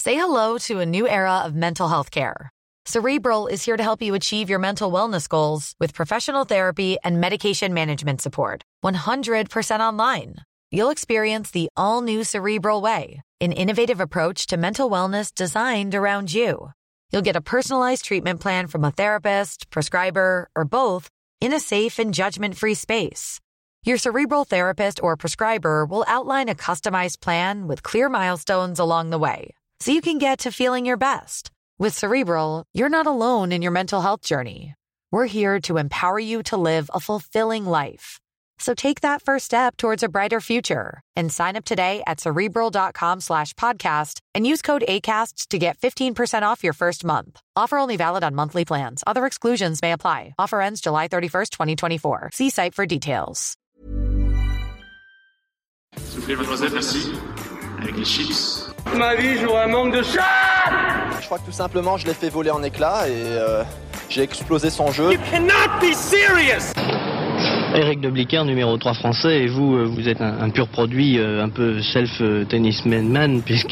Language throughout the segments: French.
Say hello to a new era of mental health care. Cerebral is here to help you achieve your mental wellness goals with professional therapy and medication management support. 100% online. You'll experience the all-new Cerebral Way, an innovative approach to mental wellness designed around you. You'll get a personalized treatment plan from a therapist, prescriber, or both in a safe and judgment-free space. Your Cerebral therapist or prescriber will outline a customized plan with clear milestones along the way, so you can get to feeling your best. With Cerebral, you're not alone in your mental health journey. We're here to empower you to live a fulfilling life. So take that first step towards a brighter future and sign up today at Cerebral.com/podcast and use code ACAST to get 15% off your first month. Offer only valid on monthly plans. Other exclusions may apply. Offer ends July 31st, 2024. See site for details. Soufflez, mademoiselle, merci. Avec les chips. Ma vie, j'aurais un manque de chat. Je crois que tout simplement, je l'ai fait voler en éclats et j'ai explosé son jeu. You cannot be serious. Éric de Bliquer, numéro 3 français, et vous êtes un pur produit, un peu self-tennisman, puisque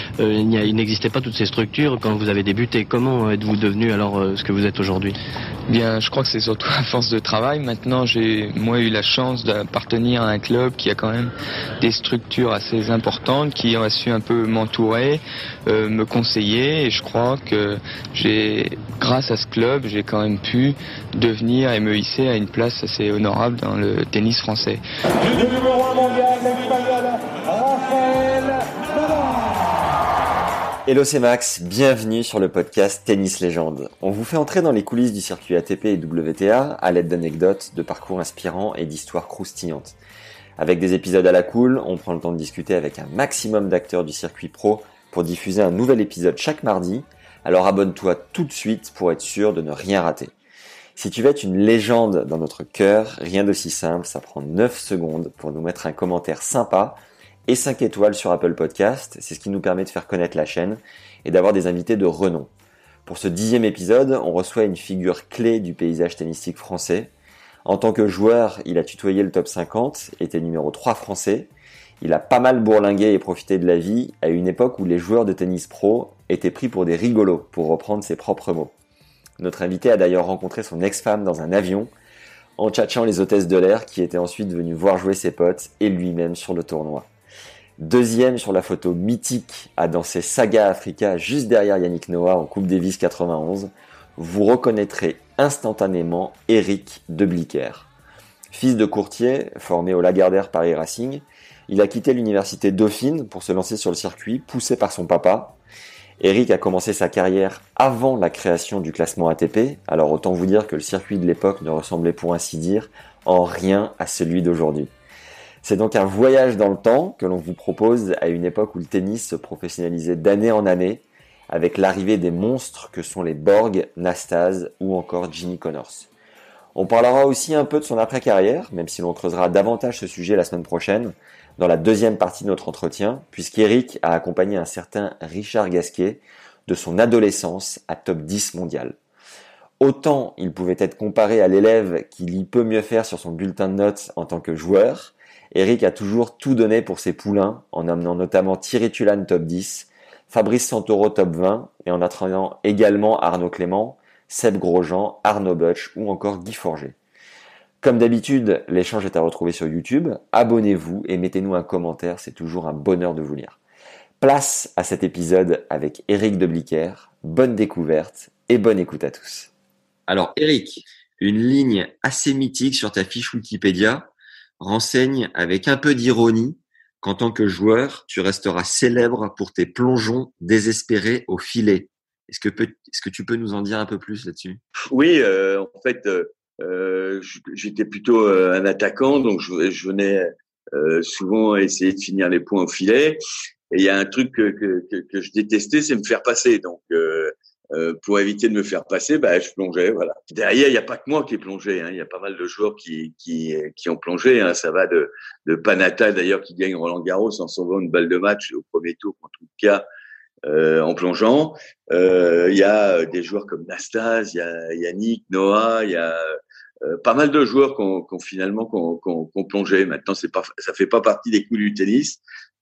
il n'existait pas toutes ces structures quand vous avez débuté. Comment êtes-vous devenu alors ce que vous êtes aujourd'hui ? Bien, je crois que c'est surtout à force de travail. Maintenant, j'ai eu la chance d'appartenir à un club qui a quand même des structures assez importantes, qui ont su un peu m'entourer, me conseiller, et je crois que grâce à ce club, j'ai quand même pu devenir et me hisser à une place assez honorable dans le tennis français. Le numéro 1 mondial, l'Espagnol, Rafael Nadal. Hello, c'est Max, bienvenue sur le podcast Tennis Légende. On vous fait entrer dans les coulisses du circuit ATP et WTA à l'aide d'anecdotes, de parcours inspirants et d'histoires croustillantes. Avec des épisodes à la cool, on prend le temps de discuter avec un maximum d'acteurs du circuit pro pour diffuser un nouvel épisode chaque mardi, alors abonne-toi tout de suite pour être sûr de ne rien rater. Si tu veux être une légende dans notre cœur, rien d'aussi simple, ça prend 9 secondes pour nous mettre un commentaire sympa et 5 étoiles sur Apple Podcast, c'est ce qui nous permet de faire connaître la chaîne et d'avoir des invités de renom. Pour ce 10e épisode, on reçoit une figure clé du paysage tennistique français. En tant que joueur, il a tutoyé le top 50, était numéro 3 français. Il a pas mal bourlingué et profité de la vie à une époque où les joueurs de tennis pro étaient pris pour des rigolos, pour reprendre ses propres mots. Notre invité a d'ailleurs rencontré son ex-femme dans un avion, en tchatchant les hôtesses de l'air qui étaient ensuite venues voir jouer ses potes et lui-même sur le tournoi. Deuxième sur la photo mythique à danser Saga Africa juste derrière Yannick Noah en Coupe Davis 91, vous reconnaîtrez instantanément Éric de Bliquer. Fils de courtier, formé au Lagardère Paris Racing, il a quitté l'université Dauphine pour se lancer sur le circuit, poussé par son papa. Éric a commencé sa carrière avant la création du classement ATP, alors autant vous dire que le circuit de l'époque ne ressemblait pour ainsi dire en rien à celui d'aujourd'hui. C'est donc un voyage dans le temps que l'on vous propose à une époque où le tennis se professionnalisait d'année en année, avec l'arrivée des monstres que sont les Borg, Nastase ou encore Jimmy Connors. On parlera aussi un peu de son après-carrière, même si l'on creusera davantage ce sujet la semaine prochaine, dans la deuxième partie de notre entretien, puisqu'Éric a accompagné un certain Richard Gasquet de son adolescence à top 10 mondial. Autant il pouvait être comparé à l'élève qui lit peu mieux faire sur son bulletin de notes en tant que joueur, Éric a toujours tout donné pour ses poulains, en amenant notamment Thierry Tulane top 10, Fabrice Santoro top 20, et en entraînant également Arnaud Clément, Seb Grosjean, Arnaud Butch ou encore Guy Forget. Comme d'habitude, l'échange est à retrouver sur YouTube. Abonnez-vous et mettez-nous un commentaire, c'est toujours un bonheur de vous lire. Place à cet épisode avec Éric de Bliquer. Bonne découverte et bonne écoute à tous. Alors Éric, une ligne assez mythique sur ta fiche Wikipédia renseigne avec un peu d'ironie qu'en tant que joueur, tu resteras célèbre pour tes plongeons désespérés au filet. Est-ce que tu peux nous en dire un peu plus là-dessus ? Oui, en fait, j'étais plutôt un attaquant, donc je venais souvent essayer de finir les points au filet. Et il y a un truc que je détestais, c'est me faire passer. Donc, pour éviter de me faire passer, je plongeais. Voilà. Derrière, il n'y a pas que moi qui ai plongé. Hein. Il y a pas mal de joueurs qui ont plongé. Hein. Ça va de Panatta d'ailleurs qui gagne Roland-Garros en sauvant une balle de match au premier tour contre Luka. En plongeant, il y a des joueurs comme Nastase, il y a Yannick, Noah, il y a pas mal de joueurs qu'on finalement plongé. Maintenant, ça fait pas partie des coups du tennis.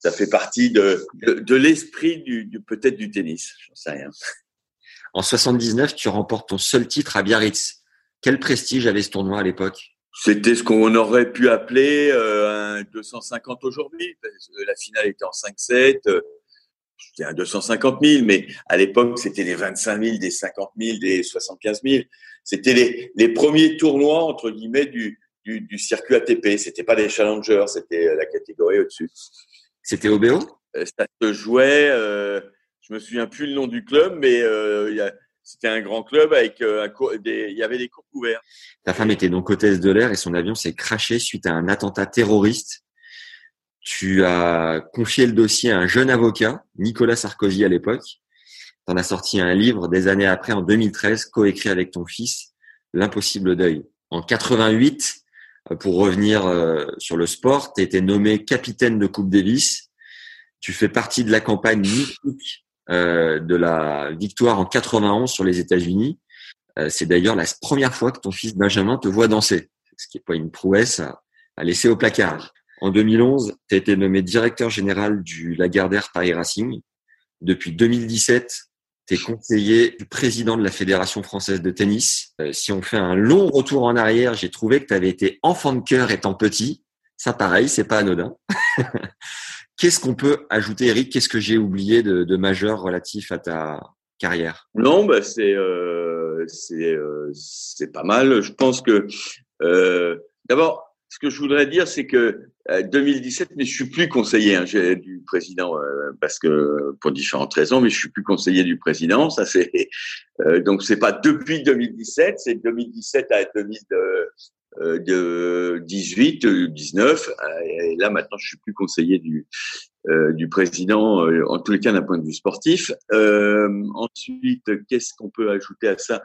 ça fait partie de l'esprit peut-être du tennis. J'en sais rien. En 79, tu remportes ton seul titre à Biarritz. Quel prestige avait ce tournoi à l'époque? C'était ce qu'on aurait pu appeler un 250 aujourd'hui. La finale était en 5-7. C'était un 250 000, mais à l'époque, c'était les 25 000, des 50 000, des 75 000. C'était les premiers tournois, entre guillemets, du circuit ATP. C'était pas les challengers, c'était la catégorie au-dessus. C'était au BO? Ça se jouait, je me souviens plus le nom du club, mais c'était un grand club avec il y avait des cours couverts. Ta femme était donc hôtesse de l'air et son avion s'est crashé suite à un attentat terroriste. Tu as confié le dossier à un jeune avocat, Nicolas Sarkozy à l'époque. Tu en as sorti un livre des années après, en 2013, coécrit avec ton fils, L'impossible deuil. En 88, pour revenir sur le sport, tu as été nommé capitaine de Coupe Davis. Tu fais partie de la campagne mythique de la victoire en 91 sur les États-Unis. C'est d'ailleurs la première fois que ton fils Benjamin te voit danser, ce qui n'est pas une prouesse à laisser au placard. En 2011, tu as été nommé directeur général du Lagardère Paris Racing. Depuis 2017, tu es conseiller du président de la Fédération française de tennis. Si on fait un long retour en arrière, j'ai trouvé que tu avais été enfant de cœur étant petit. Ça, pareil, c'est pas anodin. Qu'est-ce qu'on peut ajouter, Eric? Qu'est-ce que j'ai oublié de majeur relatif à ta carrière? Non, c'est pas mal. Je pense que d'abord, ce que je voudrais dire, c'est que 2017, mais je suis plus conseiller du président parce que pour différentes raisons, mais je suis plus conseiller du président. Ça c'est donc c'est pas depuis 2017, c'est 2017 à 2018, 19. Et là maintenant, je suis plus conseiller du président, en tous les cas d'un point de vue sportif. Ensuite, qu'est-ce qu'on peut ajouter à ça?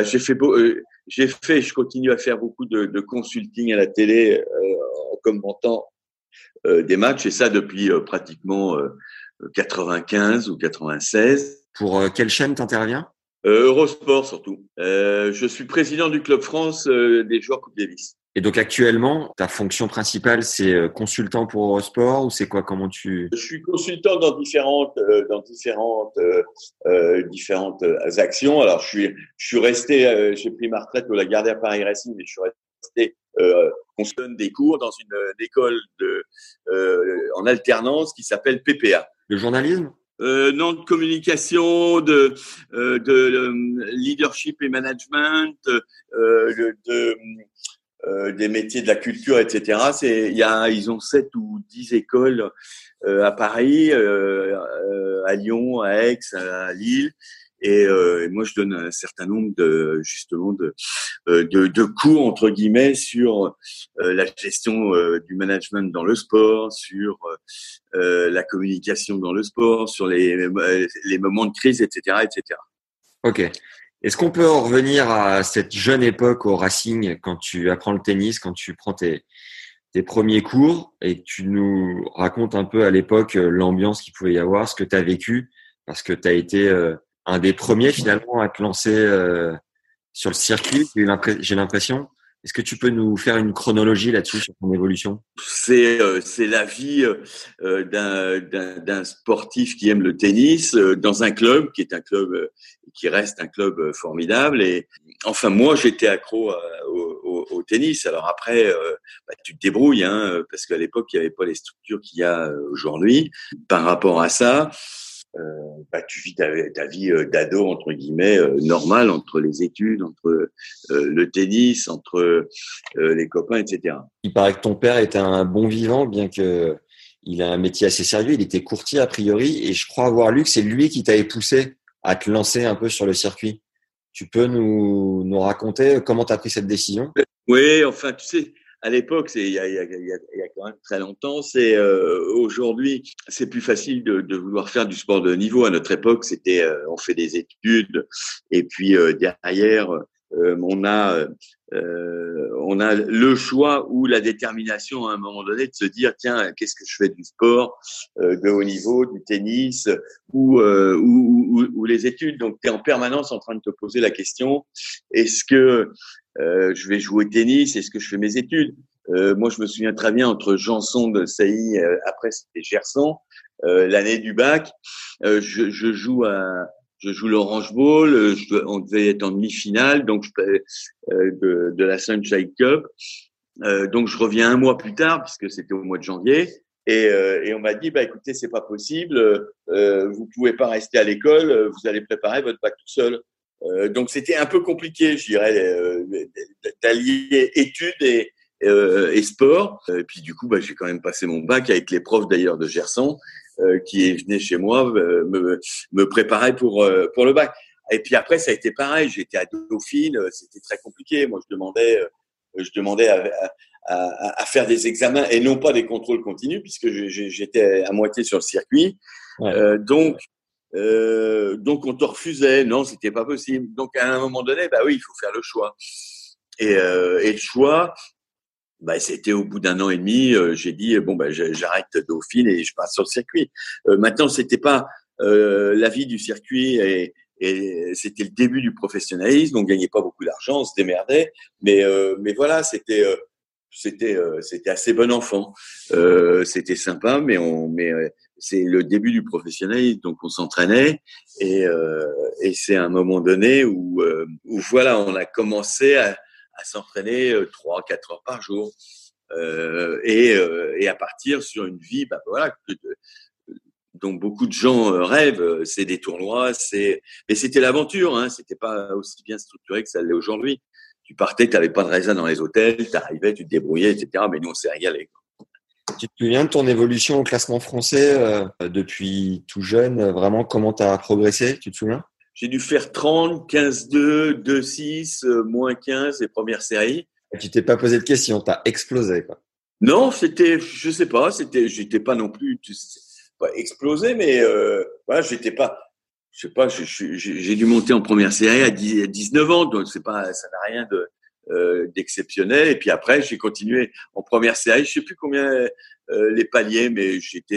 Je continue à faire beaucoup de consulting à la télé en commentant des matchs, et ça depuis pratiquement 95 ou 96. Pour quelle chaîne t'interviens? Eurosport surtout. Je suis président du Club France des joueurs Coupe Davis. Et donc actuellement, ta fonction principale, c'est consultant pour Eurosport ou c'est quoi? Comment tu... Je suis consultant dans différentes actions. Alors je suis resté, j'ai pris ma retraite au Lagardère Paris Racing, mais je suis resté on se donne des cours dans une école en alternance qui s'appelle PPA. Le journalisme? Non, de communication, de leadership et management, des métiers de la culture, etc. Ils ont 7 ou 10 écoles à Paris, à Lyon, à Aix, à Lille. Et moi, je donne un certain nombre de cours entre guillemets sur la gestion du management dans le sport, sur la communication dans le sport, sur les moments de crise, etc., etc. Ok. Est-ce qu'on peut en revenir à cette jeune époque au Racing, quand tu apprends le tennis, quand tu prends tes premiers cours et que tu nous racontes un peu à l'époque l'ambiance qu'il pouvait y avoir, ce que tu as vécu, parce que tu as été un des premiers finalement à te lancer sur le circuit, j'ai l'impression. Est-ce que tu peux nous faire une chronologie là-dessus sur ton évolution? C'est la vie d'un sportif qui aime le tennis dans un club qui est un club qui reste un club formidable. Et enfin moi j'étais accro au tennis. Alors après tu te débrouilles parce qu'à l'époque il n'y avait pas les structures qu'il y a aujourd'hui. Par rapport à ça, tu vis ta vie d'ado entre guillemets normale, entre les études, entre le tennis, entre les copains, etc. Il paraît que ton père était un bon vivant, bien que il a un métier assez sérieux. Il était courtier a priori, et je crois avoir lu que c'est lui qui t'avait poussé à te lancer un peu sur le circuit. Tu peux nous raconter comment tu as pris cette décision? Oui, enfin tu sais. À l'époque, il y a quand même très longtemps. Aujourd'hui, c'est plus facile de vouloir faire du sport de haut niveau. À notre époque, c'était on fait des études et puis derrière on a le choix ou la détermination à un moment donné de se dire tiens, qu'est-ce que je fais du sport de haut niveau, du tennis ou les études. Donc tu es en permanence en train de te poser la question, est-ce que je vais jouer au tennis, est-ce que je fais mes études? Moi, je me souviens très bien entre Janson de Sailly, après c'était Gerson, l'année du bac. Je joue l'Orange Bowl. On devait être en demi-finale, donc de la Sunshine Cup. Donc je reviens un mois plus tard, puisque c'était au mois de janvier. Et on m'a dit, écoutez, c'est pas possible, vous pouvez pas rester à l'école, vous allez préparer votre bac tout seul. Donc c'était un peu compliqué, je dirais, d'allier études et sport. Et puis du coup, j'ai quand même passé mon bac avec les profs d'ailleurs de Gerson, qui venaient chez moi me préparer pour le bac. Et puis après, ça a été pareil. J'étais à Dauphine, c'était très compliqué. Moi, je demandais à faire des examens et non pas des contrôles continus, puisque j'étais à moitié sur le circuit. Ouais. Donc on te refusait. Non, c'était pas possible. Donc à un moment donné, oui, il faut faire le choix. Et le choix, c'était au bout d'1 an et demi. J'ai dit j'arrête Dauphine et je passe sur le circuit. Maintenant, c'était pas la vie du circuit et c'était le début du professionnalisme. On gagnait pas beaucoup d'argent, on se démerdait, mais voilà, c'était assez bon enfant. C'était sympa, mais c'est le début du professionnalisme, donc on s'entraînait et c'est à un moment donné où voilà, on a commencé à s'entraîner 3-4 heures par jour et à partir sur une vie, voilà, dont beaucoup de gens rêvent. C'est des tournois, mais c'était l'aventure, hein. C'était pas aussi bien structuré que ça l'est aujourd'hui. Tu partais, tu n'avais pas de réserve dans les hôtels, tu arrivais, tu te débrouillais, etc. Mais nous, on s'est régalé. Tu te souviens de ton évolution au classement français depuis tout jeune? Vraiment, comment tu as progressé? Tu te souviens? J'ai dû faire 30, 15-2, 2-6, moins 15 les premières séries. Tu t'es pas posé de questions, tu as explosé, quoi. Non, je sais pas, j'étais pas non plus pas explosé, mais voilà, j'étais pas. Je sais pas, j'ai dû monter en première série à 19 ans, donc ça n'a rien d'exceptionnel. Et puis après, j'ai continué en première série. Je sais plus combien les paliers, mais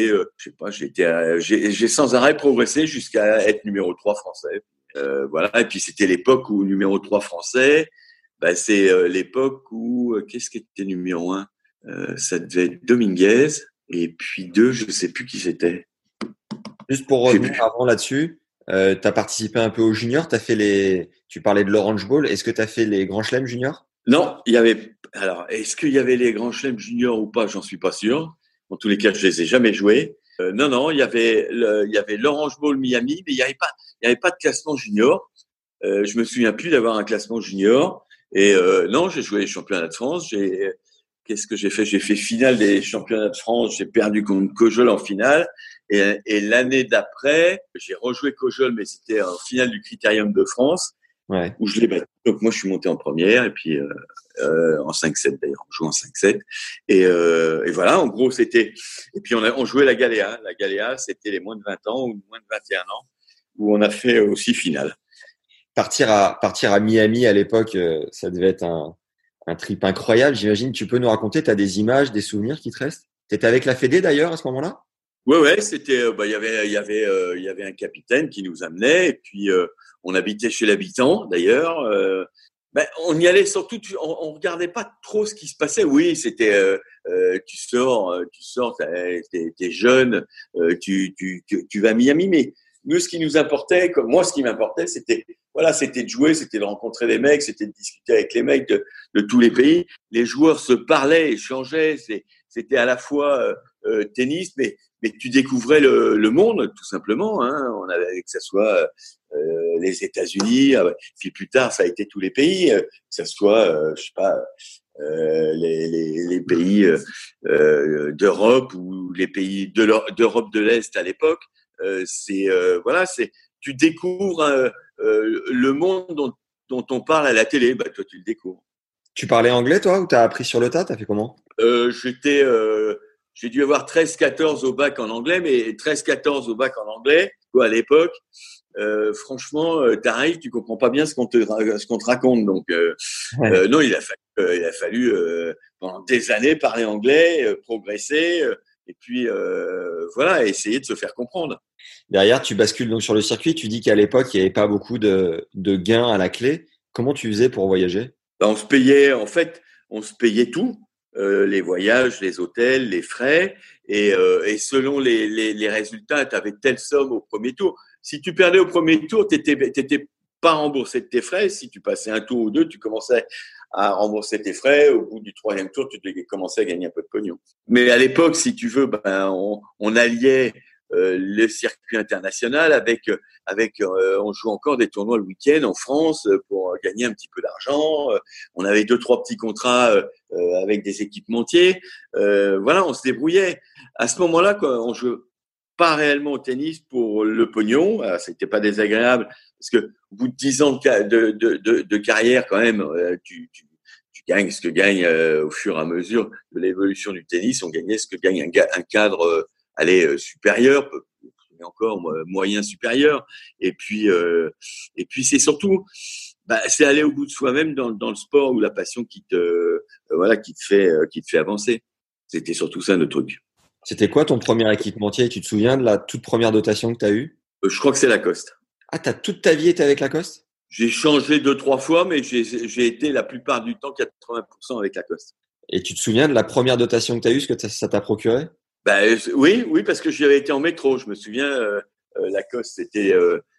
j'ai sans arrêt progressé jusqu'à être numéro 3 français. Voilà. Et puis c'était l'époque où numéro 3 français, c'est l'époque où qu'est-ce qui était numéro 1? Ça devait être Dominguez. Et puis 2, je sais plus qui c'était. Juste pour revenir avant là-dessus. Tu as participé un peu aux juniors, tu parlais de l'Orange Bowl, est-ce que tu as fait les Grands Chelems juniors? Non, alors est-ce qu'il y avait les Grands Chelems juniors ou pas, j'en suis pas sûr. En tous les cas, je les ai jamais joués. Non, il y avait l'Orange Bowl Miami, mais il y avait pas de classement junior. Je me souviens plus d'avoir un classement junior et non, j'ai joué les championnats de France, qu'est-ce que j'ai fait? J'ai fait finale des championnats de France, j'ai perdu contre Cojol en finale. Et l'année d'après, j'ai rejoué Cojol, mais c'était en finale du Critérium de France, ouais, où je l'ai battu. Donc moi, je suis monté en première, et puis en 5-7 d'ailleurs, on joue en 5-7. Et voilà, en gros, c'était. Et puis on jouait la Galéa. La Galéa, c'était les moins de 20 ans ou moins de 21 ans, où on a fait aussi finale. Partir à Miami à l'époque, ça devait être un trip incroyable. J'imagine. Tu peux nous raconter, tu as des images, des souvenirs qui te restent? T'étais avec la Fédé d'ailleurs à ce moment-là? Ouais, c'était il y avait un capitaine qui nous amenait et puis on habitait chez l'habitant d'ailleurs. On y allait surtout, on regardait pas trop ce qui se passait. Oui, c'était tu sors, t'es jeune, tu vas à Miami, mais nous ce qui nous importait, comme moi ce qui m'importait, c'était de jouer, c'était de rencontrer des mecs, c'était de discuter avec les mecs de tous les pays. Les joueurs se parlaient, échangeaient, c'était à la fois tennis, mais tu découvrais le monde tout simplement, hein. On avait, que ça soit les États-Unis, puis plus tard ça a été tous les pays, que ça soit je sais pas les pays d'Europe ou les pays d'Europe de l'Est à l'époque. Tu découvres le monde dont on parle à la télé. Toi tu le découvres. Tu parlais anglais toi ou t'as appris sur le tas? T'as fait comment? J'ai dû avoir 13-14 au bac en anglais, mais 13-14 au bac en anglais, quoi, à l'époque. Franchement, t'arrives, tu comprends pas bien ce qu'on te raconte. Donc, ouais. Non, il a fallu pendant des années parler anglais, progresser, et puis voilà, essayer de se faire comprendre. Derrière, tu bascules donc sur le circuit. Tu dis qu'à l'époque, il n'y avait pas beaucoup de gains à la clé. Comment tu faisais pour voyager? On se payait tout. les voyages, les hôtels, les frais, et selon les résultats, tu avais telle somme au premier tour. Si tu perdais au premier tour, t'étais pas remboursé de tes frais. Si tu passais un tour ou deux, tu commençais à rembourser tes frais. Au bout du troisième tour, tu commençais à gagner un peu de pognon. Mais à l'époque, si tu veux, on alliait le circuit international avec on joue encore des tournois le week-end en France pour gagner un petit peu d'argent. On avait 2-3 petits contrats avec des équipementiers. Voilà, on se débrouillait. À ce moment-là, on jouait pas réellement au tennis pour le pognon. Alors, c'était pas désagréable parce que au bout de 10 ans de carrière, quand même, tu gagnes ce que gagne au fur et à mesure de l'évolution du tennis. On gagnait ce que gagne un cadre supérieur, et encore moyen supérieur. Et puis c'est surtout, c'est aller au bout de soi-même dans le sport ou la passion qui te fait avancer. C'était surtout ça notre truc. C'était quoi ton premier équipementier? Tu te souviens de la toute première dotation que tu as eue? Je crois que c'est Lacoste. Ah, t'as toute ta vie été avec Lacoste? J'ai changé 2-3 fois, mais j'ai été la plupart du temps 80% avec Lacoste. Et tu te souviens de la première dotation que tu as eue, ce que ça t'a procuré? Oui, parce que j'y avais été en métro. Je me souviens, Lacoste, c'était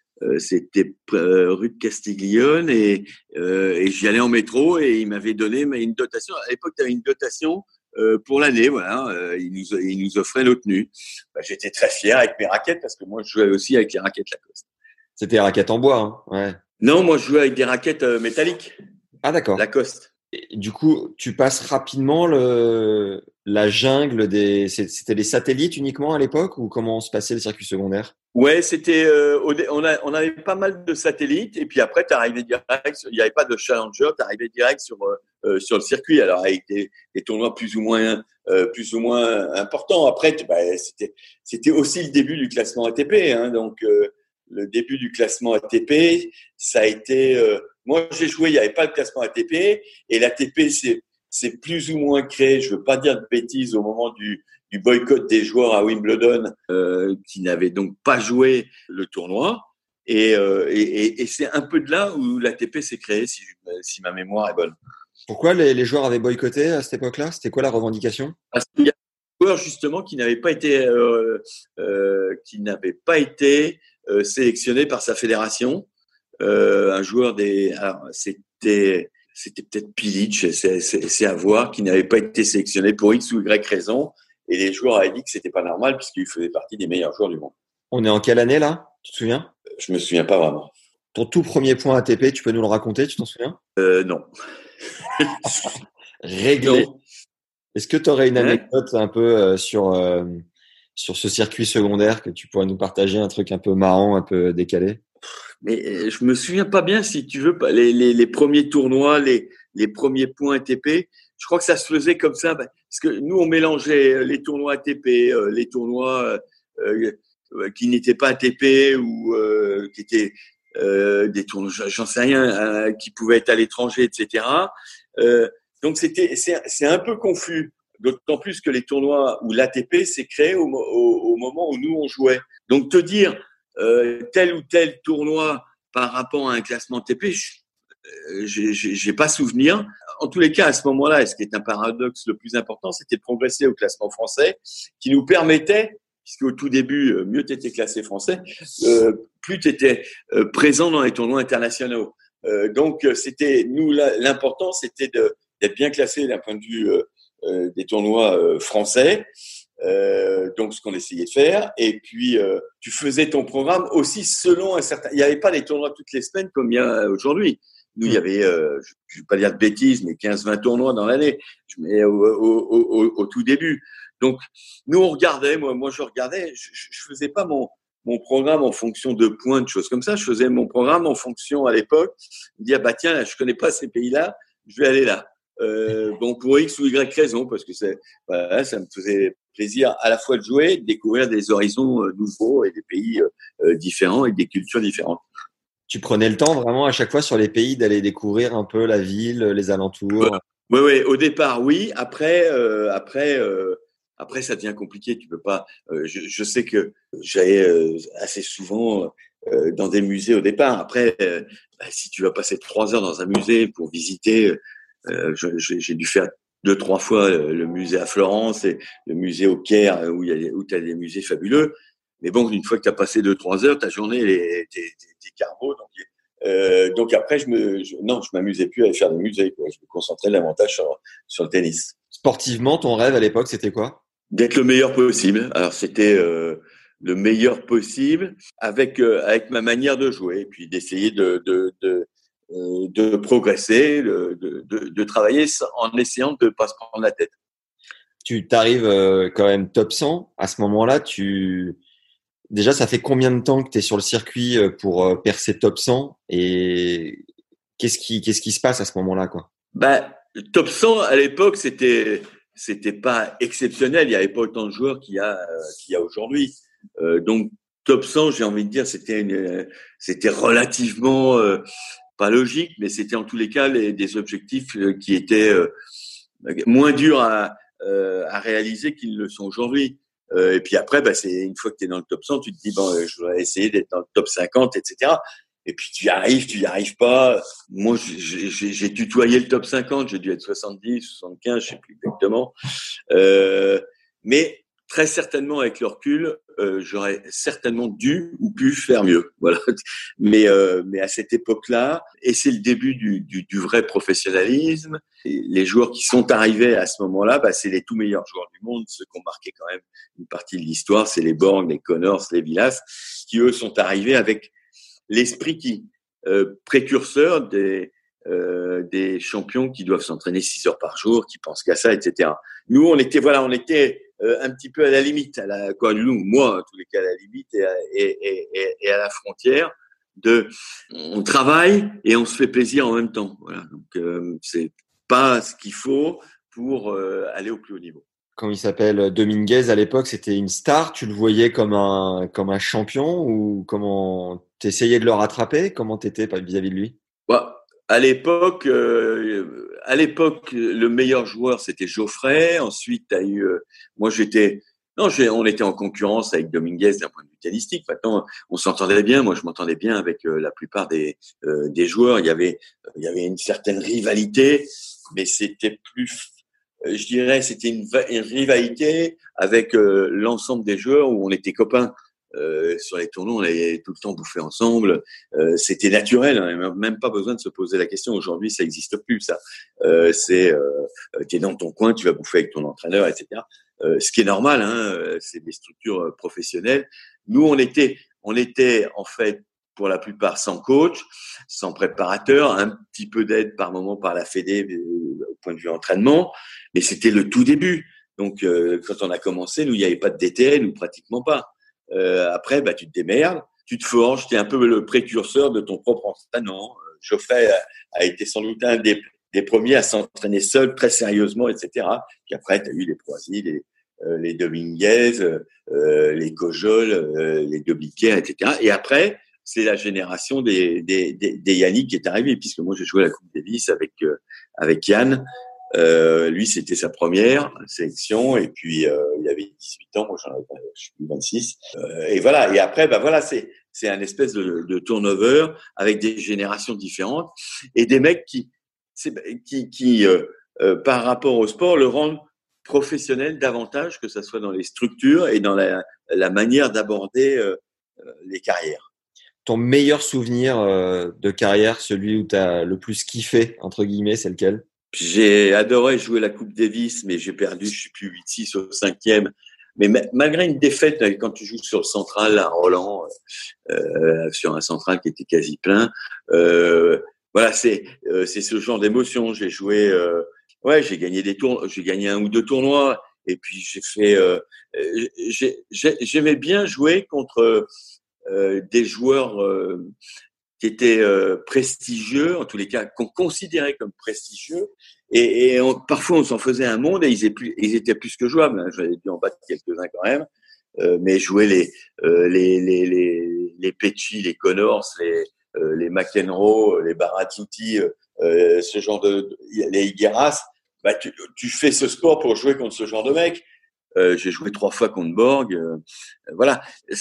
rue de Castiglione et j'y allais en métro et il m'avait donné une dotation. À l'époque, tu avais une dotation pour l'année, voilà. Il nous offrait nos tenues. J'étais très fier avec mes raquettes parce que moi, je jouais aussi avec les raquettes Lacoste. C'était des raquettes en bois, hein? Ouais. Non, moi, je jouais avec des raquettes métalliques. Ah, d'accord. Lacoste. Et du coup, tu passes rapidement la jungle c'était les satellites uniquement à l'époque ou comment se passait le circuit secondaire? Ouais, c'était on avait pas mal de satellites et puis après tu arrivais direct, il n'y avait pas de challenger, tu arrivais direct sur le circuit, alors avec des tournois plus ou moins importants. Après c'était aussi le début du classement ATP, hein, donc le début du classement ATP, ça a été moi j'ai joué, il n'y avait pas le classement ATP et l'ATP c'est plus ou moins créé, je veux pas dire de bêtises, au moment du boycott des joueurs à Wimbledon qui n'avaient donc pas joué le tournoi. Et c'est un peu de là où l'ATP s'est créé, si ma mémoire est bonne. Pourquoi les joueurs avaient boycotté à cette époque-là? C'était quoi la revendication? Parce qu'il y a des joueurs justement qui n'avaient pas été sélectionnés par sa fédération. Un joueur c'était peut-être Pilic, c'est à voir, qui n'avait pas été sélectionné pour X ou Y raison. Et les joueurs avaient dit que c'était pas normal puisqu'il faisait partie des meilleurs joueurs du monde. On est en quelle année là? Tu te souviens? Je me souviens pas vraiment. Ton tout premier point ATP, tu peux nous le raconter? Tu t'en souviens? Non. Réglé. Non. Est-ce que tu aurais une anecdote un peu sur ce circuit secondaire que tu pourrais nous partager, un truc un peu marrant, un peu décalé? Mais je me souviens pas bien, si tu veux, les premiers tournois, les premiers points ATP. Je crois que ça se faisait comme ça, parce que nous, on mélangeait les tournois ATP, les tournois qui n'étaient pas ATP ou qui étaient des tournois, j'en sais rien, qui pouvaient être à l'étranger, etc. Donc c'est un peu confus, d'autant plus que les tournois où l'ATP s'est créé au moment où nous on jouait. Donc te dire tel ou tel tournoi par rapport à un classement ATP, j'ai pas souvenir. En tous les cas, à ce moment-là, et ce qui est un paradoxe le plus important, c'était de progresser au classement français, qui nous permettait, puisque au tout début, mieux tu étais classé français, plus tu étais présent dans les tournois internationaux. Donc, c'était nous l'important, c'était d'être bien classé d'un point de vue des tournois français. Donc, ce qu'on essayait de faire. Et puis, tu faisais ton programme aussi selon un certain. Il n'y avait pas les tournois toutes les semaines comme il y a aujourd'hui. Nous, il y avait, je ne vais pas dire de bêtises, mais 15-20 tournois dans l'année, mais au tout début. Donc, nous, on regardait, moi je regardais, je faisais pas mon programme en fonction de points, de choses comme ça. Je faisais mon programme en fonction, à l'époque, de dire, tiens, là, je connais pas ces pays-là, je vais aller là. Bon, pour X ou Y raison, parce que ça me faisait plaisir à la fois de jouer, de découvrir des horizons nouveaux et des pays différents et des cultures différentes. Tu prenais le temps vraiment à chaque fois sur les pays d'aller découvrir un peu la ville, les alentours? Oui, au départ, oui. Après, ça devient compliqué. Tu peux pas. Je sais que j'allais assez souvent dans des musées au départ. Après, si tu vas passer 3 heures dans un musée pour visiter, j'ai dû faire 2-3 fois le musée à Florence et le musée au Caire où tu as des musées fabuleux. Mais bon, une fois que tu as passé 2-3 heures, ta journée t'es carbo. Donc après, je m'amusais plus à aller faire des musées, quoi. Je me concentrais davantage sur le tennis. Sportivement, ton rêve à l'époque, c'était quoi? D'être le meilleur possible. Alors c'était le meilleur possible avec ma manière de jouer, et puis d'essayer de progresser, de travailler en essayant de ne pas se prendre la tête. Tu t'arrives quand même top 100. À ce moment-là, déjà, ça fait combien de temps que tu es sur le circuit pour percer top 100 et qu'est-ce qui se passe à ce moment-là, quoi? Top 100 à l'époque, c'était pas exceptionnel. Il n'y avait pas autant de joueurs qu'il y a aujourd'hui. Donc top 100, j'ai envie de dire, c'était relativement pas logique, mais c'était en tous les cas des objectifs qui étaient moins durs à réaliser qu'ils le sont aujourd'hui. Et puis après, c'est une fois que tu es dans le top 100, tu te dis je vais essayer d'être dans le top 50, etc. Et puis tu y arrives pas. Moi, j'ai tutoyé le top 50, j'ai dû être 70, 75, je sais plus exactement. Mais très certainement, avec le recul, j'aurais certainement dû ou pu faire mieux. Voilà. Mais à cette époque-là, et c'est le début du vrai professionnalisme. Et les joueurs qui sont arrivés à ce moment-là, c'est les tout meilleurs joueurs du monde, ceux qui ont marqué quand même une partie de l'histoire. C'est les Borg, les Connors, les Vilas, qui eux sont arrivés avec l'esprit précurseur des champions qui doivent s'entraîner 6 heures par jour, qui pensent qu'à ça, etc. Nous, on était un petit peu à la limite, moi, en tous les cas, à la limite et à la frontière on travaille et on se fait plaisir en même temps. Voilà. Donc, c'est pas ce qu'il faut pour aller au plus haut niveau. Quand il s'appelle Dominguez, à l'époque, c'était une star. Tu le voyais comme un champion ou comment t'essayais de le rattraper? Comment t'étais vis-à-vis de lui? À l'époque, le meilleur joueur c'était Geoffrey. Ensuite, t'as eu, on était en concurrence avec Dominguez d'un point de vue tennistique. Maintenant, on s'entendait bien. Moi, je m'entendais bien avec la plupart des joueurs. Il y avait une certaine rivalité, mais c'était plus, je dirais, c'était une rivalité avec l'ensemble des joueurs où on était copains. Sur les tournois, on allait tout le temps bouffer ensemble. C'était naturel, hein, même pas besoin de se poser la question. Aujourd'hui, ça n'existe plus, ça. T'es dans ton coin, tu vas bouffer avec ton entraîneur, etc. Ce qui est normal, hein, c'est des structures professionnelles. Nous, on était en fait pour la plupart sans coach, sans préparateur, un petit peu d'aide par moment par la Fédé au point de vue entraînement, mais c'était le tout début. Donc, quand on a commencé, nous, il n'y avait pas de DTN ou pratiquement pas. Après, tu te démerdes, tu te forges, tu es un peu le précurseur de ton propre entraînement. Geoffrey a été sans doute un des premiers à s'entraîner seul très sérieusement, etc. Puis après, tu as eu les Proisy, les Dominguez, les Cojol, les Dobliquer, etc. Et après, c'est la génération des Yannick qui est arrivée, puisque moi, j'ai joué à la Coupe Davis avec Yann. Lui, c'était sa première sélection, et puis il avait 18 ans, moi j'en avais, je suis plus 26. Et voilà. Et après, c'est un espèce de turnover avec des générations différentes et des mecs qui par rapport au sport, le rendent professionnel davantage, que ça soit dans les structures et dans la manière d'aborder les carrières. Ton meilleur souvenir de carrière, celui où tu as le plus kiffé, entre guillemets, c'est lequel? J'ai adoré jouer la Coupe Davis, mais j'ai perdu, je sais plus, 8-6 au 5e. Mais malgré une défaite, quand tu joues sur le central à Roland, sur un central qui était quasi plein, voilà, c'est ce genre d'émotion. J'ai joué, j'ai gagné j'ai gagné 1 ou 2 tournois, et puis j'ai fait, j'aimais bien jouer contre des joueurs qui étaient prestigieux, en tous les cas qu'on considérait comme prestigieux, et parfois on s'en faisait un monde et ils étaient plus que jouables, hein. J'avais dû en battre quelques-uns quand même, mais jouer les Pecci, les Connors, les McEnroe, les Barazzuti, ce genre les Higueras, tu fais ce sport pour jouer contre ce genre de mecs. J'ai joué 3 fois contre Borg, voilà.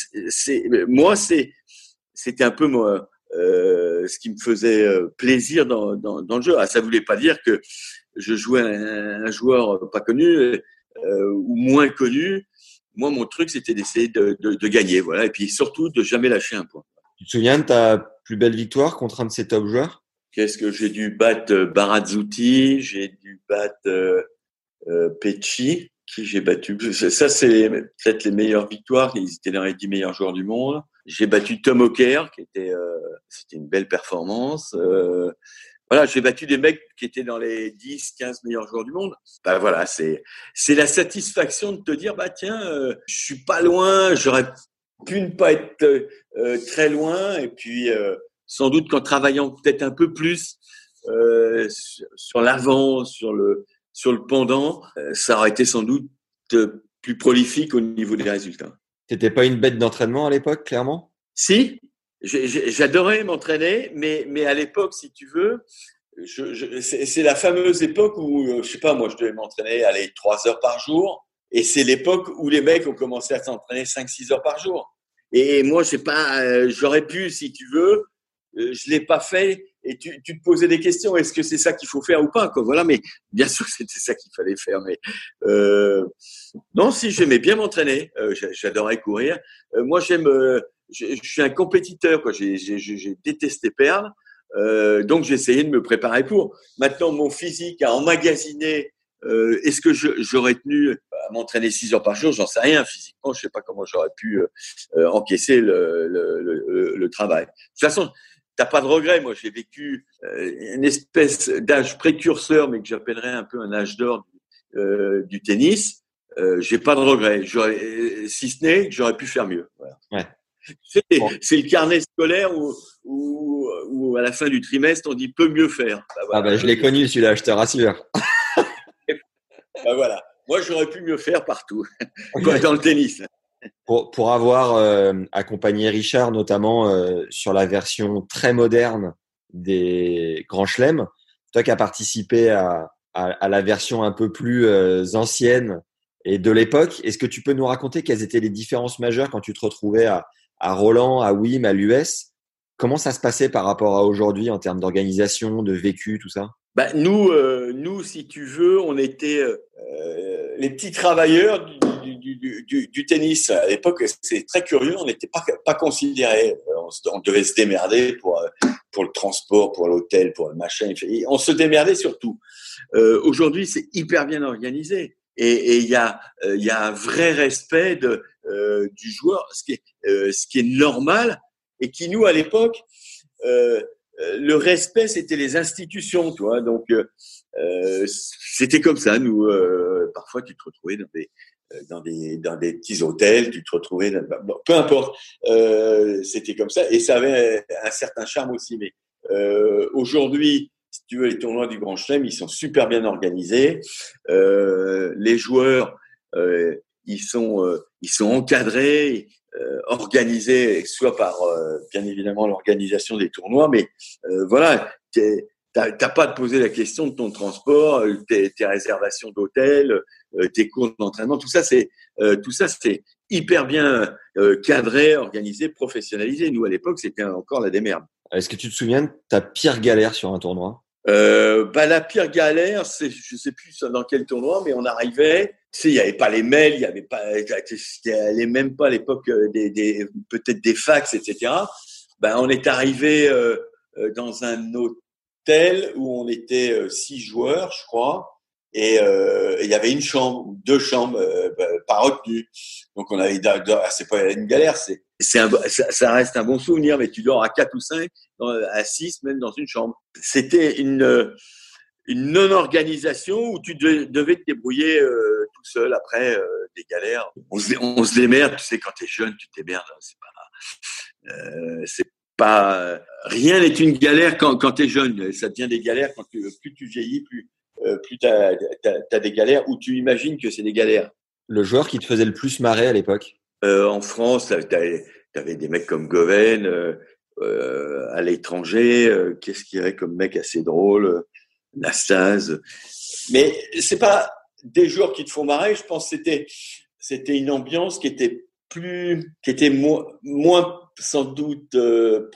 C'était un peu ce qui me faisait plaisir dans le jeu. Ça voulait pas dire que je jouais un joueur pas connu ou moins connu. Moi, mon truc, c'était d'essayer de gagner, voilà, et puis surtout de jamais lâcher un point. Tu te souviens de ta plus belle victoire contre un de ces top joueurs? Qu'est-ce que j'ai dû battre? Barazzuti, j'ai dû battre Pecci, qui j'ai battu. Ça, c'est peut-être les meilleures victoires. Ils étaient dans les 10 meilleurs joueurs du monde. J'ai battu Tom O'Kerr, c'était une belle performance. Voilà, j'ai battu des mecs qui étaient dans les 10, 15 meilleurs joueurs du monde. Bah voilà, c'est la satisfaction de te dire, bah tiens, je suis pas loin, j'aurais pu ne pas être très loin, et puis sans doute qu'en travaillant peut-être un peu plus sur l'avant, sur le pendant, ça aurait été sans doute plus prolifique au niveau des résultats. T'étais pas une bête d'entraînement à l'époque, clairement? Si, j'adorais m'entraîner, mais à l'époque, si tu veux, c'est la fameuse époque où, je sais pas, moi, je devais m'entraîner, 3 heures par jour, et c'est l'époque où les mecs ont commencé à s'entraîner 5-6 heures par jour. Et moi, je sais pas, j'aurais pu, si tu veux, je l'ai pas fait, et tu te posais des questions, est-ce que c'est ça qu'il faut faire ou pas, quoi. Voilà, mais bien sûr, c'était ça qu'il fallait faire, mais non, si, j'aimais bien m'entraîner, j'adorais courir. Moi, je suis un compétiteur, quoi. J'ai détesté perdre, donc j'ai essayé de me préparer pour. Maintenant, mon physique a emmagasiné. Est-ce que j'aurais tenu à m'entraîner 6 heures par jour? J'en sais rien. Physiquement, je sais pas comment j'aurais pu encaisser le travail. De toute façon, t'as pas de regret. Moi, j'ai vécu une espèce d'âge précurseur, mais que j'appellerais un peu un âge d'or du tennis. J'ai pas de regret. Si ce n'est que j'aurais pu faire mieux. Voilà. Ouais. C'est le carnet scolaire où à la fin du trimestre, on dit peut mieux faire. Bah, voilà. Je l'ai connu celui-là, je te rassure. Bah, voilà. Moi, j'aurais pu mieux faire partout, quoi, dans le tennis. Pour avoir accompagné Richard, notamment sur la version très moderne des Grands Chelems, toi qui as participé à la version un peu plus ancienne et de l'époque, est-ce que tu peux nous raconter quelles étaient les différences majeures quand tu te retrouvais à Roland, à Wim, à l'US? Comment ça se passait par rapport à aujourd'hui en termes d'organisation, de vécu, tout ça? Bah, nous, si tu veux, on était les petits travailleurs du tennis. À l'époque, c'est très curieux, on n'était pas considérés. On devait se démerder pour le transport, pour l'hôtel, pour le machin. Et on se démerdait surtout. Aujourd'hui, c'est hyper bien organisé. Et il y a un vrai respect du joueur, ce qui est normal, et qui, nous, à l'époque, le respect, c'était les institutions, tu vois. Donc, c'était comme ça. Nous, parfois, tu te retrouvais dans des petits hôtels, tu te retrouvais, peu importe. C'était comme ça, et ça avait un certain charme aussi. Mais aujourd'hui, si tu veux, les tournois du Grand Chelem, ils sont super bien organisés. Les joueurs, ils sont encadrés, organisés, soit par bien évidemment l'organisation des tournois, mais voilà, t'as pas à te poser la question de ton transport, tes réservations d'hôtel, tes cours d'entraînement, tout ça c'est hyper bien cadré, organisé, professionnalisé. Nous à l'époque, c'était encore la démerde. Est-ce que tu te souviens de ta pire galère sur un tournoi? La pire galère, c'est, je sais plus dans quel tournoi, mais on arrivait, tu sais, il y avait pas les mails, il y avait pas, c'était même pas à l'époque peut-être des fax, etc. On est arrivé dans un hôtel où on était 6 joueurs, je crois, et il y avait une chambre, 2 chambres par retenue. Donc on avait, c'est pas une galère, ça reste un bon souvenir, mais tu dors à 4 ou 5, à 6 même dans une chambre. C'était une non-organisation où tu devais te débrouiller tout seul. Après des galères, on se démerde. Tu sais, quand t'es jeune, tu te démerdes. C'est pas rien n'est une galère quand t'es jeune. Ça devient des galères quand plus tu vieillis, plus t'as des galères où tu imagines que c'est des galères. Le joueur qui te faisait le plus marrer à l'époque? En France, t'avais des mecs comme Goven. À l'étranger, qu'est-ce qu'il y avait comme mec assez drôle, Nastase. Mais c'est pas des joueurs qui te font marrer. Je pense que c'était une ambiance qui était moins sans doute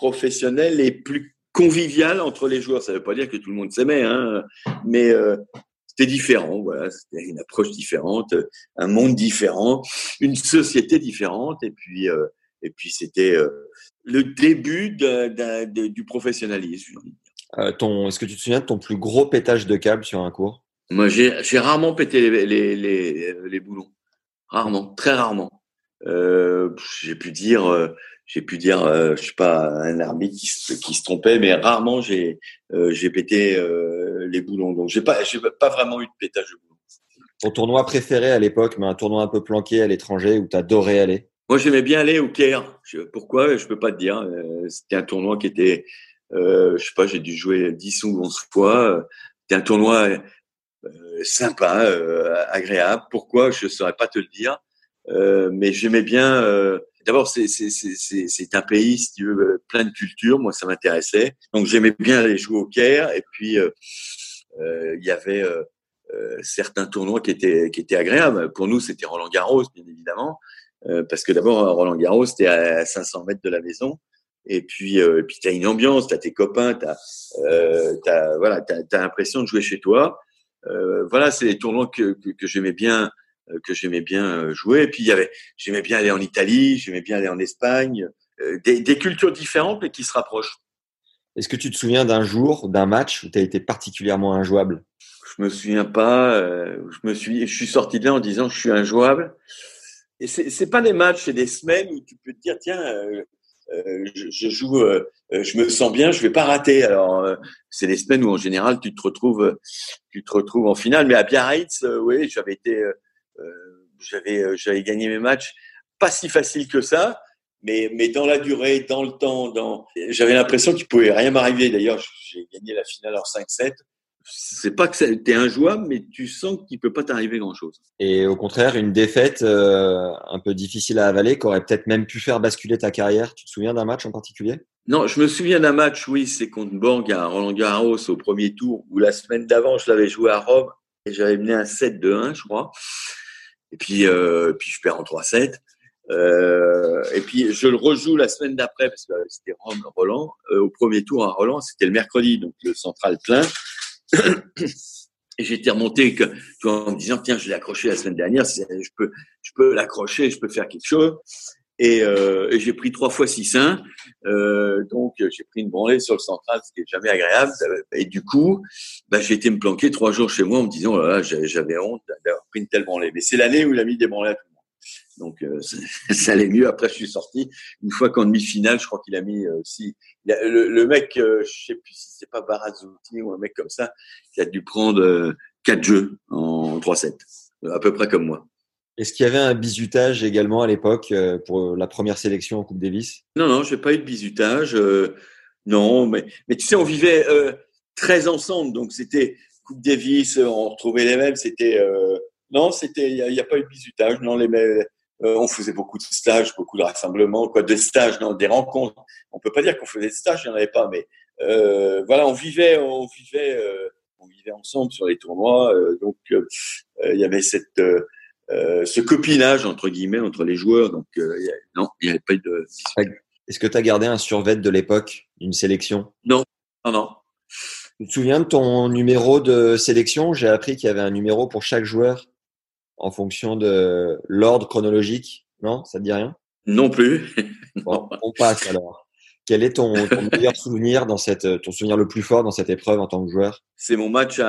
professionnelle et plus conviviale entre les joueurs. Ça veut pas dire que tout le monde s'aimait, hein, mais c'était différent. Voilà, c'était une approche différente, un monde différent, une société différente. Et puis c'était le début du professionnalisme. Est-ce que tu te souviens de ton plus gros pétage de câble sur un cours? Moi, j'ai rarement pété les boulons. Rarement, très rarement. J'ai pu dire, je sais pas, un arbitre qui se trompait, mais rarement j'ai pété les boulons. Donc j'ai pas vraiment eu de pétage de boulons. Ton tournoi préféré à l'époque, mais un tournoi un peu planqué à l'étranger où t'adorais aller? Moi, j'aimais bien aller au Caire. Pourquoi? Je peux pas te dire. C'était un tournoi qui était, je sais pas, j'ai dû jouer 10 ou 11 fois. C'était un tournoi sympa, agréable. Pourquoi? Je saurais pas te le dire. Mais j'aimais bien. D'abord, c'est un pays, si tu veux, plein de cultures. Moi, ça m'intéressait. Donc, j'aimais bien aller jouer au Caire. Et puis, il y avait certains tournois qui étaient agréables. Pour nous, c'était Roland-Garros, bien évidemment, parce que d'abord, Roland-Garros, c'était à 500 mètres de la maison. Et puis t'as une ambiance, t'as tes copains, t'as l'impression de jouer chez toi. Voilà, c'est les tournois que j'aimais bien jouer. Et puis j'aimais bien aller en Italie, j'aimais bien aller en Espagne, des cultures différentes mais qui se rapprochent. Est-ce que tu te souviens d'un jour, d'un match où tu as été particulièrement injouable? Je me souviens pas. Je suis sorti de là en disant je suis injouable. Et c'est pas des matchs, c'est des semaines où tu peux te dire tiens. Je joue, je me sens bien, je vais pas rater. Alors, c'est les semaines où en général tu te retrouves en finale. Mais à Biarritz, oui, j'avais gagné mes matchs, pas si facile que ça, mais dans la durée, dans le temps, j'avais l'impression qu'il pouvait rien m'arriver. D'ailleurs, j'ai gagné la finale en 5-7. C'est pas que t'es injouable, mais tu sens qu'il peut pas t'arriver grand-chose. Et au contraire, une défaite un peu difficile à avaler, qui aurait peut-être même pu faire basculer ta carrière. Tu te souviens d'un match en particulier? Non, je me souviens d'un match, oui, c'est contre Borg à Roland-Garros au premier tour, où la semaine d'avant, je l'avais joué à Rome et j'avais mené un 7-2-1, je crois. Et puis je perds en 3-7. Et puis je le rejoue la semaine d'après parce que c'était Rome-Roland. Au premier tour à Roland, c'était le mercredi, donc le central plein. Et j'étais remonté en me disant tiens, je l'ai accroché la semaine dernière, je peux l'accrocher, je peux faire quelque chose. Et j'ai pris 3 fois 6-1, donc j'ai pris une branlée sur le central, ce qui est jamais agréable. Et du coup, j'ai été me planquer 3 jours chez moi en me disant oh là, j'avais honte d'avoir pris une telle branlée. Mais c'est l'année où il a mis des branlées à tout le monde. Donc ça allait mieux. Après, je suis sorti une fois qu'en demi-finale, je crois qu'il a mis le mec, je sais plus si c'est pas Barazzuti ou un mec comme ça, qui a dû prendre 4 jeux en 3-7, à peu près comme moi. Est-ce qu'il y avait un bizutage également à l'époque pour la première sélection en Coupe Davis? Non, j'ai pas eu de bizutage. Non, mais tu sais, on vivait très ensemble, donc c'était Coupe Davis, on retrouvait les mêmes. C'était il y a pas eu de bizutage. Non, on faisait beaucoup de stages, beaucoup de rassemblements, des stages, non, des rencontres. On peut pas dire qu'on faisait des stages, il n'y en avait pas, mais voilà, on vivait ensemble sur les tournois. Donc il y avait ce copinage entre guillemets entre les joueurs. Donc non, il n'y avait pas eu de. Est-ce que tu as gardé un survêt de l'époque, une sélection? Non. Tu te souviens de ton numéro de sélection? J'ai appris qu'il y avait un numéro pour chaque joueur en fonction de l'ordre chronologique. Non, ça te dit rien? Non plus. Bon, on passe alors. Quel est ton meilleur souvenir ton souvenir le plus fort dans cette épreuve en tant que joueur? C'est mon match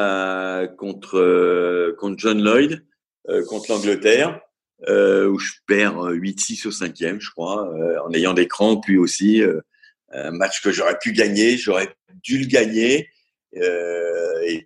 contre John Lloyd, contre l'Angleterre, où je perds 8-6 au 5e, je crois, en ayant des crampes lui aussi. Un match que j'aurais pu gagner, j'aurais dû le gagner. Et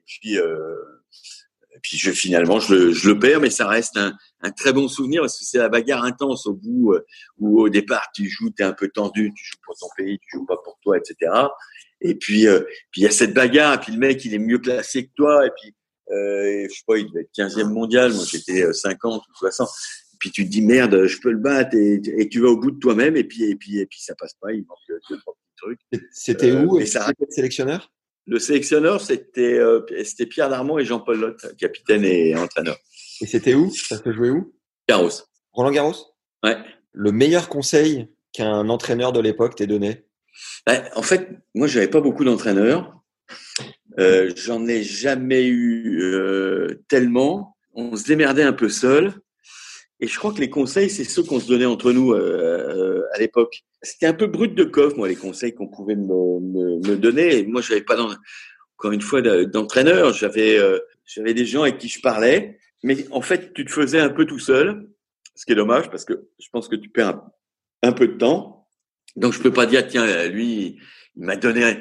puis finalement je le perds, mais ça reste un très bon souvenir parce que c'est la bagarre intense au bout où au départ tu joues, t'es un peu tendu, tu joues pour ton pays, tu joues pas pour toi, etc. Et puis il y a cette bagarre, et puis le mec il est mieux classé que toi, et puis je sais pas, il devait être 15e mondial, moi j'étais 50 ou 60. Et puis tu te dis merde, je peux le battre, et tu vas au bout de toi-même, et puis ça passe pas, il manque 2-3 petits trucs. C'était où et ça le sélectionneur? Le sélectionneur, c'était Pierre Darmon et Jean-Paul Lotte, capitaine et entraîneur. Et c'était où? Ça se jouait où? Garros. Roland-Garros? Ouais. Le meilleur conseil qu'un entraîneur de l'époque t'ait donné? En fait, moi, j'avais pas beaucoup d'entraîneurs. J'en ai jamais eu tellement. On se démerdait un peu seul. Et je crois que les conseils, c'est ceux qu'on se donnait entre nous à l'époque. C'était un peu brut de coffre, moi, les conseils qu'on pouvait me donner. Et moi, j'avais pas, encore une fois, d'entraîneur. J'avais des gens avec qui je parlais. Mais en fait, tu te faisais un peu tout seul, ce qui est dommage parce que je pense que tu perds un peu de temps. Donc, je peux pas dire, tiens, lui, il m'a donné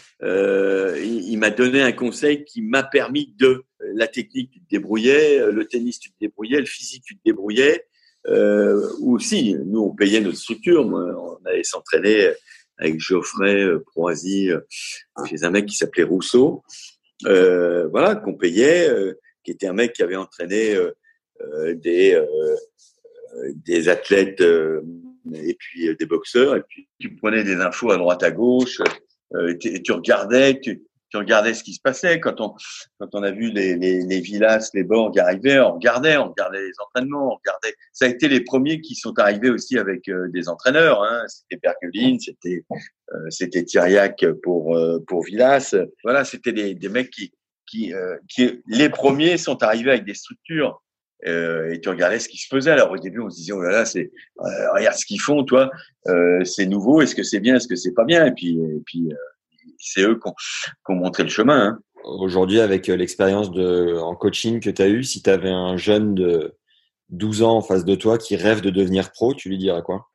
un conseil qui m'a permis de la technique, tu te débrouillais, le tennis, tu te débrouillais, le physique, tu te débrouillais. Ou aussi, nous, on payait notre structure. Moi, on allait s'entraîner avec Geoffrey Proisy chez un mec qui s'appelait Rousseau. Voilà, qu'on payait, qui était un mec qui avait entraîné des athlètes et puis des boxeurs. Et puis, tu prenais des infos à droite, à gauche. Et tu regardais ce qui se passait quand on a vu les Villas, les Borg arriver, on regardait les entraînements, on regardait. Ça a été les premiers qui sont arrivés aussi avec des entraîneurs, hein. C'était Bergueline, c'était Thiriac pour Villas. Voilà, c'était des mecs qui les premiers sont arrivés avec des structures. Et tu regardais ce qui se faisait. Alors au début, on se disait, oh là là, regarde ce qu'ils font, toi, c'est nouveau, est-ce que c'est bien, est-ce que c'est pas bien? Et puis c'est eux qui ont montré le chemin, hein. Aujourd'hui, avec l'expérience en coaching que tu as eue, si tu avais un jeune de 12 ans en face de toi qui rêve de devenir pro, tu lui dirais quoi?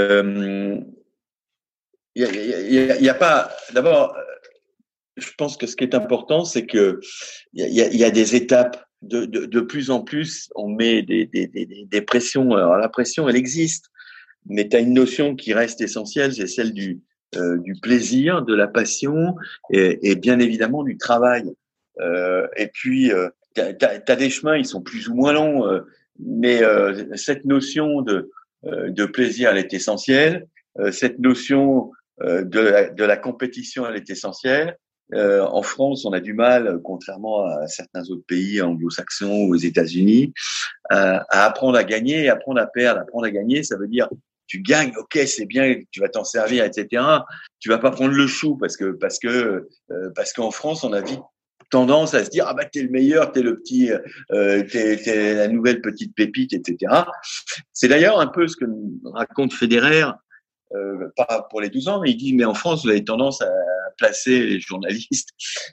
Y a pas. D'abord, je pense que ce qui est important, c'est que il y a des étapes. De plus en plus, on met des pressions. Alors la pression, elle existe, mais tu as une notion qui reste essentielle, c'est celle du plaisir, de la passion et bien évidemment du travail. Et puis, t'as des chemins, ils sont plus ou moins longs, mais cette notion de plaisir, elle est essentielle. Cette notion de la compétition, elle est essentielle. En France, on a du mal, contrairement à certains autres pays anglo-saxons ou aux États-Unis, à apprendre à gagner et apprendre à perdre. Apprendre à gagner, ça veut dire tu gagnes, ok, c'est bien, tu vas t'en servir, etc. Tu vas pas prendre le chou parce qu'en France, on a vite tendance à se dire ah bah t'es le meilleur, t'es le petit, t'es la nouvelle petite pépite, etc. C'est d'ailleurs un peu ce que raconte Federer. Pas pour les 12 ans, mais il dit mais en France vous avez tendance à placer les journalistes,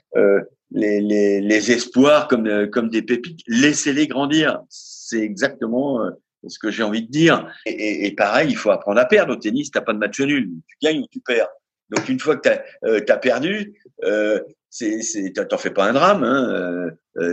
les espoirs comme des pépites, laissez-les grandir. C'est exactement ce que j'ai envie de dire. Et pareil, il faut apprendre à perdre au tennis. T'as pas de match nul, tu gagnes ou tu perds. Donc une fois que t'as perdu, t'en fais pas un drame. Hein.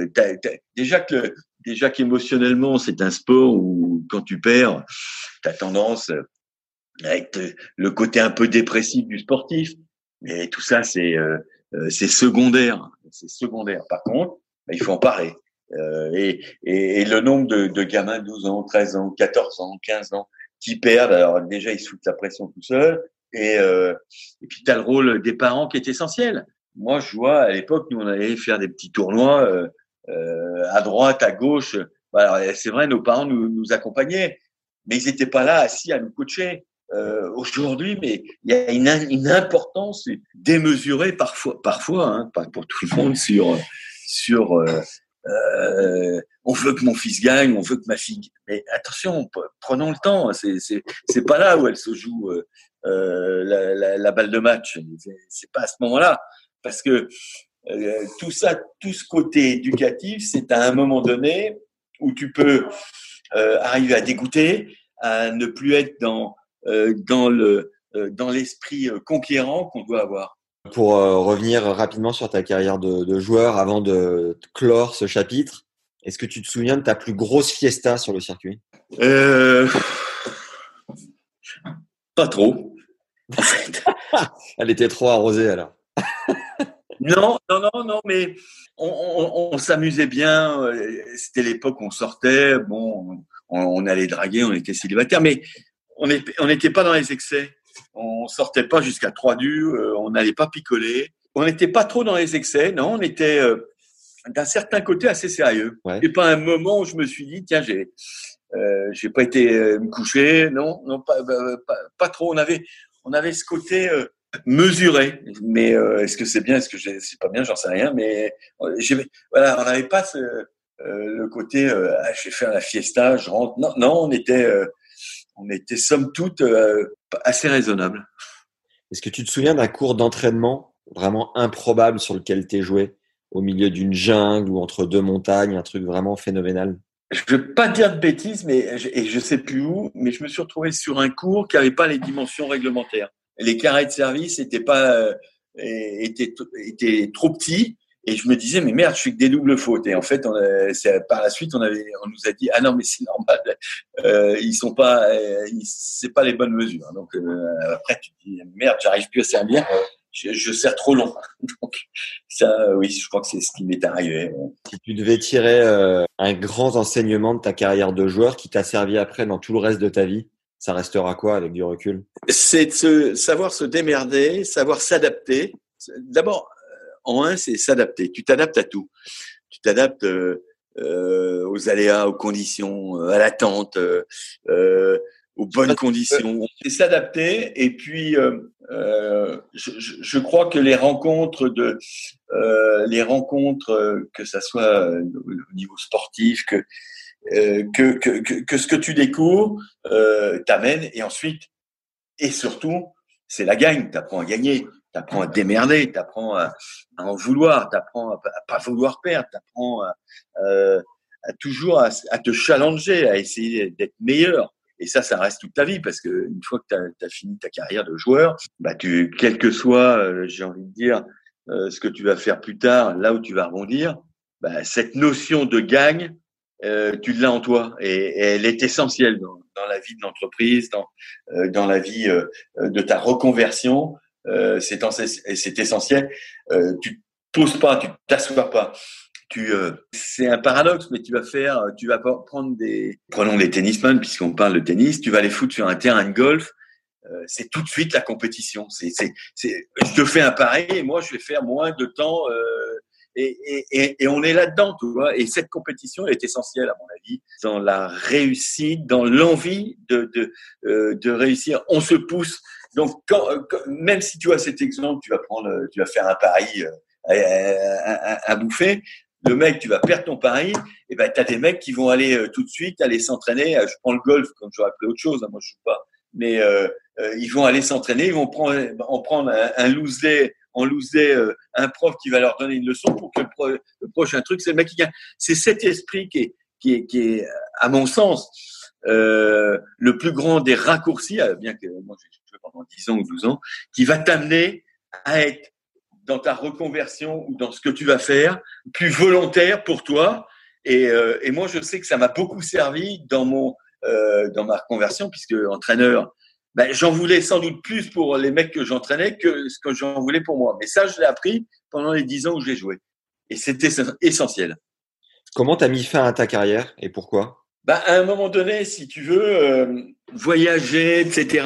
Déjà qu'émotionnellement c'est un sport où quand tu perds, t'as tendance avec le côté un peu dépressif du sportif, mais tout ça c'est secondaire. C'est secondaire. Par contre, il faut en parler. Et le nombre de gamins de 12 ans, 13 ans, 14 ans, 15 ans qui perdent, alors déjà ils se foutent la pression tout seuls, et puis t'as le rôle des parents qui est essentiel. Moi je vois à l'époque, nous on allait faire des petits tournois à droite, à gauche. Alors c'est vrai, nos parents nous accompagnaient, mais ils étaient pas là assis à nous coacher. Aujourd'hui, mais il y a une importance démesurée parfois, hein, pas pour tout le monde, sur on veut que mon fils gagne, on veut que ma fille. Mais attention, prenons le temps. C'est pas là où elle se joue la balle de match. C'est pas à ce moment-là, parce que tout ce côté éducatif, c'est à un moment donné où tu peux arriver à dégoûter, à ne plus être dans l'esprit conquérant qu'on doit avoir. Pour revenir rapidement sur ta carrière de joueur avant de clore ce chapitre, est-ce que tu te souviens de ta plus grosse fiesta sur le circuit? Pas trop. Elle était trop arrosée alors. Non, mais on s'amusait bien. C'était l'époque où on sortait. Bon, on allait draguer, on était célibataires, mais on n'était pas dans les excès. On sortait pas jusqu'à 3 du, on n'allait pas picoler. On n'était pas trop dans les excès, non. On était d'un certain côté assez sérieux. Ouais. Et pas un moment où je me suis dit tiens j'ai pas été me coucher. Non, pas trop. On avait ce côté Mesuré. Mais est-ce que c'est bien, est-ce que c'est pas bien, j'en sais rien. Mais voilà, on n'avait pas le côté je vais faire la fiesta, je rentre. Non, non, on était somme toute assez raisonnable. Est-ce que tu te souviens d'un cours d'entraînement vraiment improbable sur lequel tu es joué, au milieu d'une jungle ou entre deux montagnes, un truc vraiment phénoménal? Je ne veux pas dire de bêtises, mais je sais plus où, mais je me suis retrouvé sur un cours qui n'avait pas les dimensions réglementaires. Les carrés de service étaient trop petits, et je me disais mais merde, je fais que des doubles fautes. Et en fait, par la suite, on nous a dit ah non mais c'est normal, c'est pas les bonnes mesures. Donc après tu te dis merde, j'arrive plus à servir. Je sers trop long. Donc, ça, oui, je crois que c'est ce qui m'est arrivé. Si tu devais tirer un grand enseignement de ta carrière de joueur qui t'a servi après dans tout le reste de ta vie, ça restera quoi avec du recul? C'est de savoir se démerder, savoir s'adapter. D'abord, en un, c'est s'adapter. Tu t'adaptes à tout. Tu t'adaptes aux aléas, aux conditions, à l'attente, aux bonnes conditions. C'est s'adapter. Et puis, je crois que les rencontres, que ça soit au niveau sportif, que ce que tu découvres t'amène. Et ensuite, et surtout, c'est la gagne. T'apprends à gagner. T'apprends à te démerder, t'apprends à en vouloir, t'apprends à pas vouloir perdre, t'apprends à toujours à te challenger, à essayer d'être meilleur. Et ça reste toute ta vie, parce que une fois que t'as fini ta carrière de joueur, bah quel que soit, j'ai envie de dire, ce que tu vas faire plus tard, là où tu vas rebondir, bah cette notion de gagne, tu l'as en toi, et elle est essentielle dans la vie de l'entreprise, dans la vie de ta reconversion. C'est essentiel. Tu te poses pas, tu t'assois pas. C'est un paradoxe, mais tu vas prendre prenons les tennisman, puisqu'on parle de tennis, tu vas les foutre sur un terrain de golf. C'est tout de suite la compétition. Je te fais un pari et moi je vais faire moins de temps. Et on est là-dedans, tu vois. Et cette compétition est essentielle, à mon avis, dans la réussite, dans l'envie de réussir. On se pousse. Donc, même si tu as cet exemple, tu vas faire un pari à bouffer. Le mec, tu vas perdre ton pari. Et ben, t'as des mecs qui vont aller tout de suite aller s'entraîner. Je prends le golf, comme j'aurais appelé autre chose. Hein, moi, je joue pas. Mais ils vont aller s'entraîner. Ils vont prendre un loose day. En loose day, un prof qui va leur donner une leçon pour que le prochain truc, c'est le mec qui gagne. C'est cet esprit qui est, à mon sens, le plus grand des raccourcis, bien que moi j'ai joué pendant 10 ans ou 12 ans, qui va t'amener à être dans ta reconversion ou dans ce que tu vas faire plus volontaire pour toi. Et moi, je sais que ça m'a beaucoup servi dans ma reconversion, puisque entraîneur, j'en voulais sans doute plus pour les mecs que j'entraînais que ce que j'en voulais pour moi. Mais ça, je l'ai appris pendant les 10 ans où j'ai joué. Et c'était essentiel. Comment t'as mis fin à ta carrière et pourquoi? À un moment donné, si tu veux, voyager, etc.,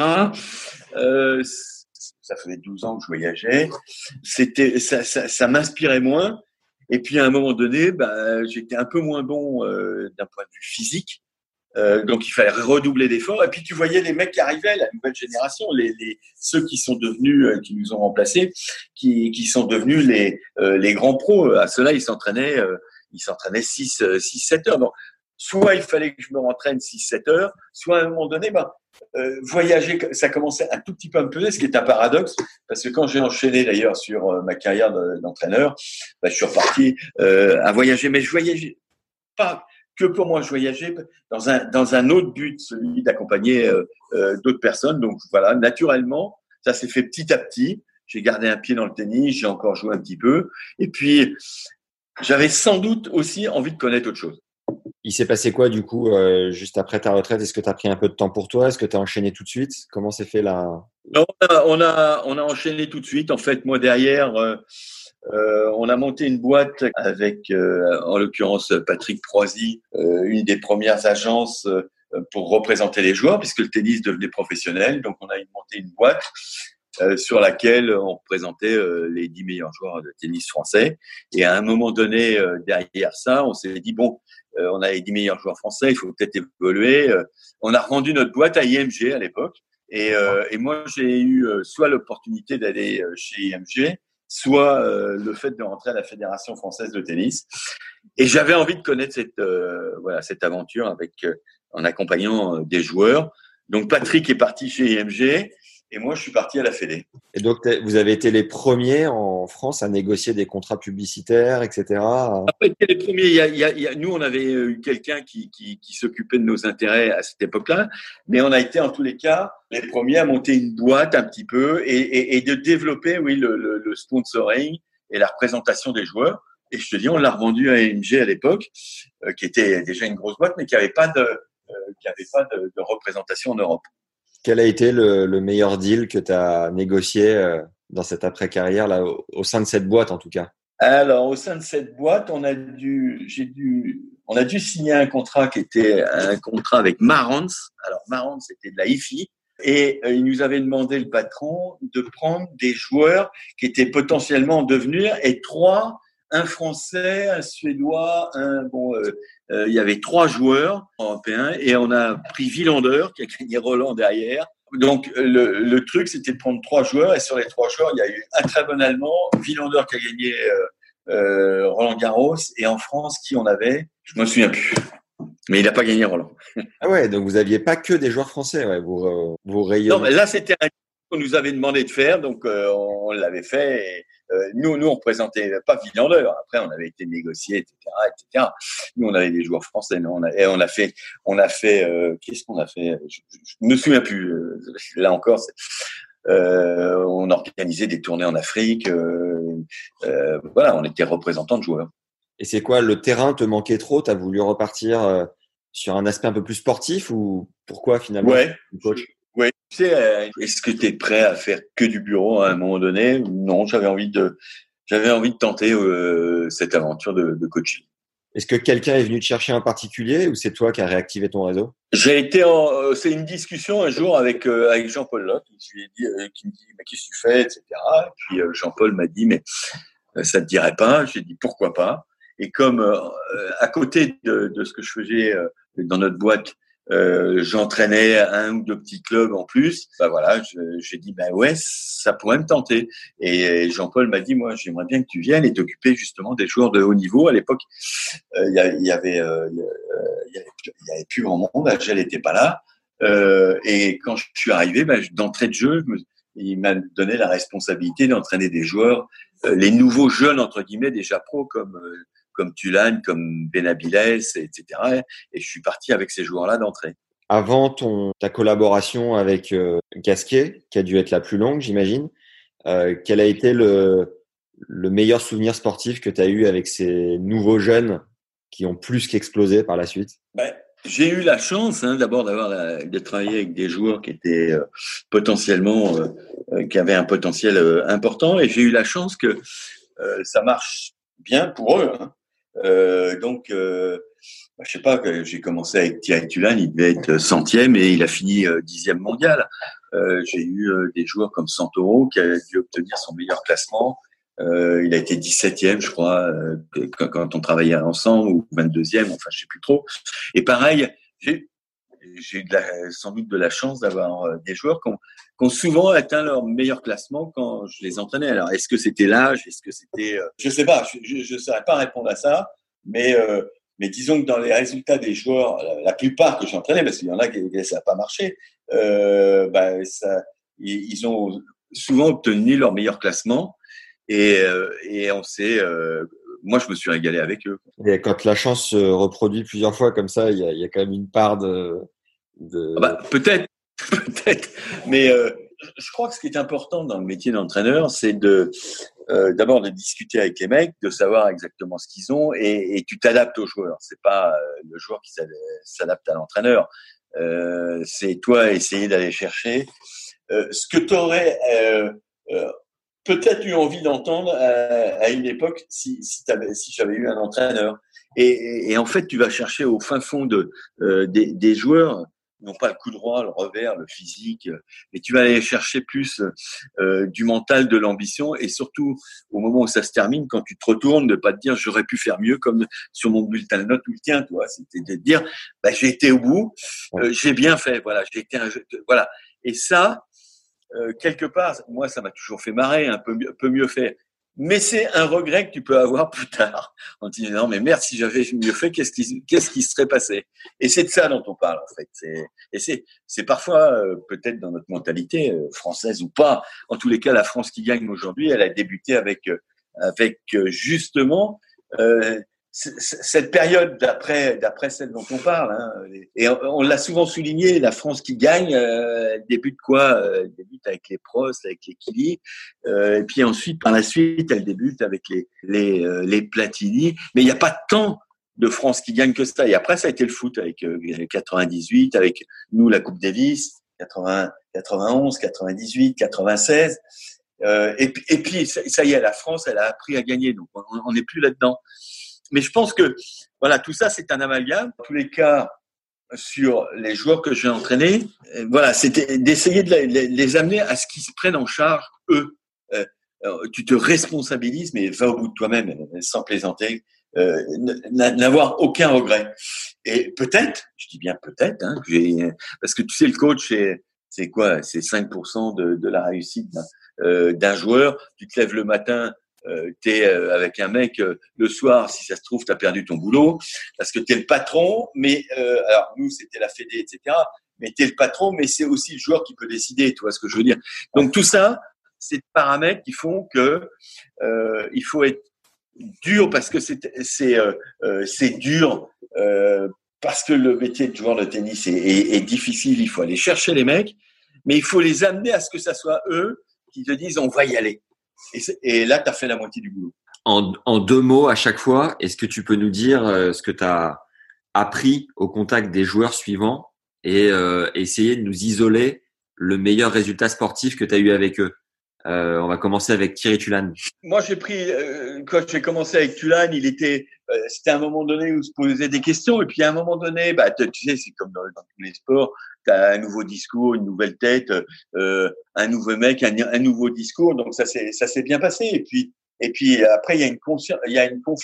ça faisait 12 ans que je voyageais. Ça m'inspirait moins. Et puis, à un moment donné, j'étais un peu moins bon d'un point de vue physique. Donc il fallait redoubler d'efforts. Et puis tu voyais les mecs qui arrivaient, la nouvelle génération, ceux qui sont devenus, qui nous ont remplacés, qui sont devenus les grands pros. À ceux-là, ils s'entraînaient 6-7 heures. Donc soit il fallait que je me rentraîne 6-7 heures, soit à un moment donné, voyager, ça commençait un tout petit peu à me peser, ce qui est un paradoxe, parce que quand j'ai enchaîné d'ailleurs sur ma carrière d'entraîneur, je suis reparti à voyager, mais je voyageais pas que pour moi, je voyageais dans un autre but, celui d'accompagner d'autres personnes. Donc voilà, naturellement, ça s'est fait petit à petit. J'ai gardé un pied dans le tennis, j'ai encore joué un petit peu. Et puis, j'avais sans doute aussi envie de connaître autre chose. Il s'est passé quoi du coup juste après ta retraite? Est-ce que tu as pris un peu de temps pour toi? Est-ce que tu as enchaîné tout de suite? Comment s'est fait là? Non, on a enchaîné tout de suite. En fait, moi derrière, on a monté une boîte avec, en l'occurrence, Patrick Proisy, une des premières agences pour représenter les joueurs, puisque le tennis devenait professionnel. Donc, on a monté une boîte sur laquelle on représentait les 10 meilleurs joueurs de tennis français. Et à un moment donné, derrière ça, on s'est dit, on a les 10 meilleurs joueurs français, il faut peut-être évoluer. On a rendu notre boîte à IMG à l'époque. Et moi, j'ai eu soit l'opportunité d'aller chez IMG, soit le fait de rentrer à la Fédération française de tennis. Et j'avais envie de connaître cette aventure en accompagnant des joueurs. Donc Patrick est parti chez IMG et moi je suis parti à la Fédé. Et donc vous avez été les premiers en France à négocier des contrats publicitaires, etc. Après, les premiers, nous on avait eu quelqu'un qui s'occupait de nos intérêts à cette époque-là, mais on a été en tous les cas les premiers à monter une boîte un petit peu et de développer le sponsoring et la représentation des joueurs. Et je te dis, on l'a revendu à IMG à l'époque, qui était déjà une grosse boîte, mais qui avait pas de représentation en Europe. Quel a été le meilleur deal que tu as négocié dans cette après-carrière là, au sein de cette boîte en tout cas? Alors, au sein de cette boîte, on a dû signer un contrat qui était un contrat avec Marantz. Alors, Marantz, c'était de la IFI. Et il nous avait demandé, le patron, de prendre des joueurs qui étaient potentiellement en devenir et un Français, un Suédois, il y avait 3 joueurs européens et on a pris Wilander qui a gagné Roland derrière. Donc le truc c'était de prendre 3 joueurs et sur les 3 joueurs il y a eu un très bon Allemand, Wilander qui a gagné Roland Garros et en France qui on avait, je me souviens plus. Mais il n'a pas gagné Roland. Ah ouais, donc vous aviez pas que des joueurs français, ouais, vous rayonnez. Non, mais là c'était un qu'on nous avait demandé de faire, donc on l'avait fait. Et, nous on représentait pas Wilander. Après on avait été négocié, etc. Nous on avait des joueurs français. On a fait. Qu'est-ce qu'on a fait? Je me souviens plus. Là encore, on organisait des tournées en Afrique. On était représentants de joueurs. Et c'est quoi, le terrain te manquait trop? T'as voulu repartir sur un aspect un peu plus sportif ou pourquoi finalement? Ouais. Oui, tu sais, est-ce que tu es prêt à faire que du bureau à un moment donné? Non, j'avais envie de tenter cette aventure de coaching. Est-ce que quelqu'un est venu te chercher en particulier ou c'est toi qui as réactivé ton réseau? C'est une discussion un jour avec Jean-Paul Lotte qui me dit mais qu'est-ce que tu fais, etc. Et puis Jean-Paul m'a dit mais ça te dirait pas? J'ai dit pourquoi pas. Et comme à côté de ce que je faisais dans notre boîte, j'entraînais un ou 2 petits clubs en plus. J'ai dit ouais, ça pourrait me tenter. Et Jean-Paul m'a dit moi j'aimerais bien que tu viennes et t'occuper justement des joueurs de haut niveau. À l'époque, il y avait plus grand monde. Agel n'était pas là. Et quand je suis arrivé, d'entrée de jeu, il m'a donné la responsabilité d'entraîner des joueurs, les nouveaux jeunes entre guillemets, déjà pros comme Tulane, comme Benabiles, etc. Et je suis parti avec ces joueurs-là d'entrée. Avant ta collaboration avec Gasquet, qui a dû être la plus longue, j'imagine, quel a été le meilleur souvenir sportif que tu as eu avec ces nouveaux jeunes qui ont plus qu'explosé par la suite? J'ai eu la chance d'abord de travailler avec des joueurs qui étaient potentiellement qui avaient un potentiel important, et j'ai eu la chance que ça marche bien pour eux. Je sais pas, j'ai commencé avec Thierry Tulane, il devait être 100e et il a fini 10e mondial. J'ai eu des joueurs comme Santoro qui a dû obtenir son meilleur classement. Il a été 17e, je crois, quand on travaillait ensemble, ou 22e, enfin je sais plus trop. Et pareil, j'ai eu sans doute de la chance d'avoir des joueurs qui ont souvent atteint leur meilleur classement quand je les entraînais. Alors, est-ce que c'était l'âge? Est-ce que c'était… Je sais pas, je saurais pas répondre à ça, mais disons que dans les résultats des joueurs, la plupart que j'entraînais, parce qu'il y en a qui ça n'a pas marché, ils ont souvent obtenu leur meilleur classement, et on s'est… moi, je me suis régalé avec eux. Et quand la chance se reproduit plusieurs fois comme ça, il y a quand même une part de… Peut-être, mais je crois que ce qui est important dans le métier d'entraîneur, c'est d'abord de discuter avec les mecs, de savoir exactement ce qu'ils ont, et tu t'adaptes aux joueurs. C'est pas le joueur qui s'adapte à l'entraîneur. C'est toi essayer d'aller chercher ce que tu aurais peut-être eu envie d'entendre à une époque si j'avais eu un entraîneur. Et en fait, tu vas chercher au fin fond des joueurs, non pas le coup droit, le revers, le physique, mais tu vas aller chercher plus du mental, de l'ambition, et surtout au moment où ça se termine, quand tu te retournes, de pas te dire j'aurais pu faire mieux comme sur mon bulletin de notes ou le tien, toi. C'était de te dire j'ai été au bout, j'ai bien fait, voilà, j'ai été voilà. Et ça, quelque part, moi, ça m'a toujours fait marrer, un peu mieux faire. Mais c'est un regret que tu peux avoir plus tard, en te disant, non, mais merde, si j'avais mieux fait, qu'est-ce qui serait passé? Et c'est de ça dont on parle, en fait. C'est parfois, peut-être dans notre mentalité, française ou pas. En tous les cas, la France qui gagne aujourd'hui, elle a débuté avec justement, cette période d'après celle dont on parle, hein, et on l'a souvent souligné, la France qui gagne, elle débute quoi? Elle débute avec les Prost, avec les Killy, et puis ensuite, par la suite, elle débute avec les Platini. Mais il n'y a pas tant de France qui gagne que ça. Et après, ça a été le foot avec 98, avec nous la Coupe Davis, 80, 91, 98, 96. Et puis ça y est, la France, elle a appris à gagner, donc on n'est plus là-dedans. Mais je pense que voilà, tout ça, c'est un amalgame. En tous les cas, sur les joueurs que j'ai entraînés, voilà, c'était d'essayer de les amener à ce qu'ils se prennent en charge eux. Tu te responsabilises, mais va au bout de toi-même, sans plaisanter, n'avoir aucun regret. Et peut-être, je dis bien peut-être, hein, parce que tu sais, le coach, c'est quoi? C'est 5% de la réussite d'un joueur. Tu te lèves le matin. T'es avec un mec le soir, si ça se trouve, t'as perdu ton boulot parce que t'es le patron. Mais alors nous, c'était la Fédé, etc. Mais t'es le patron, mais c'est aussi le joueur qui peut décider. Tu vois ce que je veux dire? Donc tout ça, c'est des paramètres qui font que il faut être dur parce que c'est dur parce que le métier de joueur de tennis est difficile. Il faut aller chercher les mecs, mais il faut les amener à ce que ça soit eux qui te disent on va y aller. Et là, tu as fait la moitié du boulot. En 2 mots à chaque fois, est-ce que tu peux nous dire ce que tu as appris au contact des joueurs suivants et essayer de nous isoler le meilleur résultat sportif que tu as eu avec eux? On va commencer avec Thierry Tulane. Moi, j'ai pris quand j'ai commencé avec Tulane, c'était un moment donné où se posaient des questions et puis à un moment donné, tu sais, c'est comme dans tous les sports, tu as un nouveau discours, une nouvelle tête, un nouveau mec, un nouveau discours, donc ça s'est bien passé et puis après il y a une confiance, il y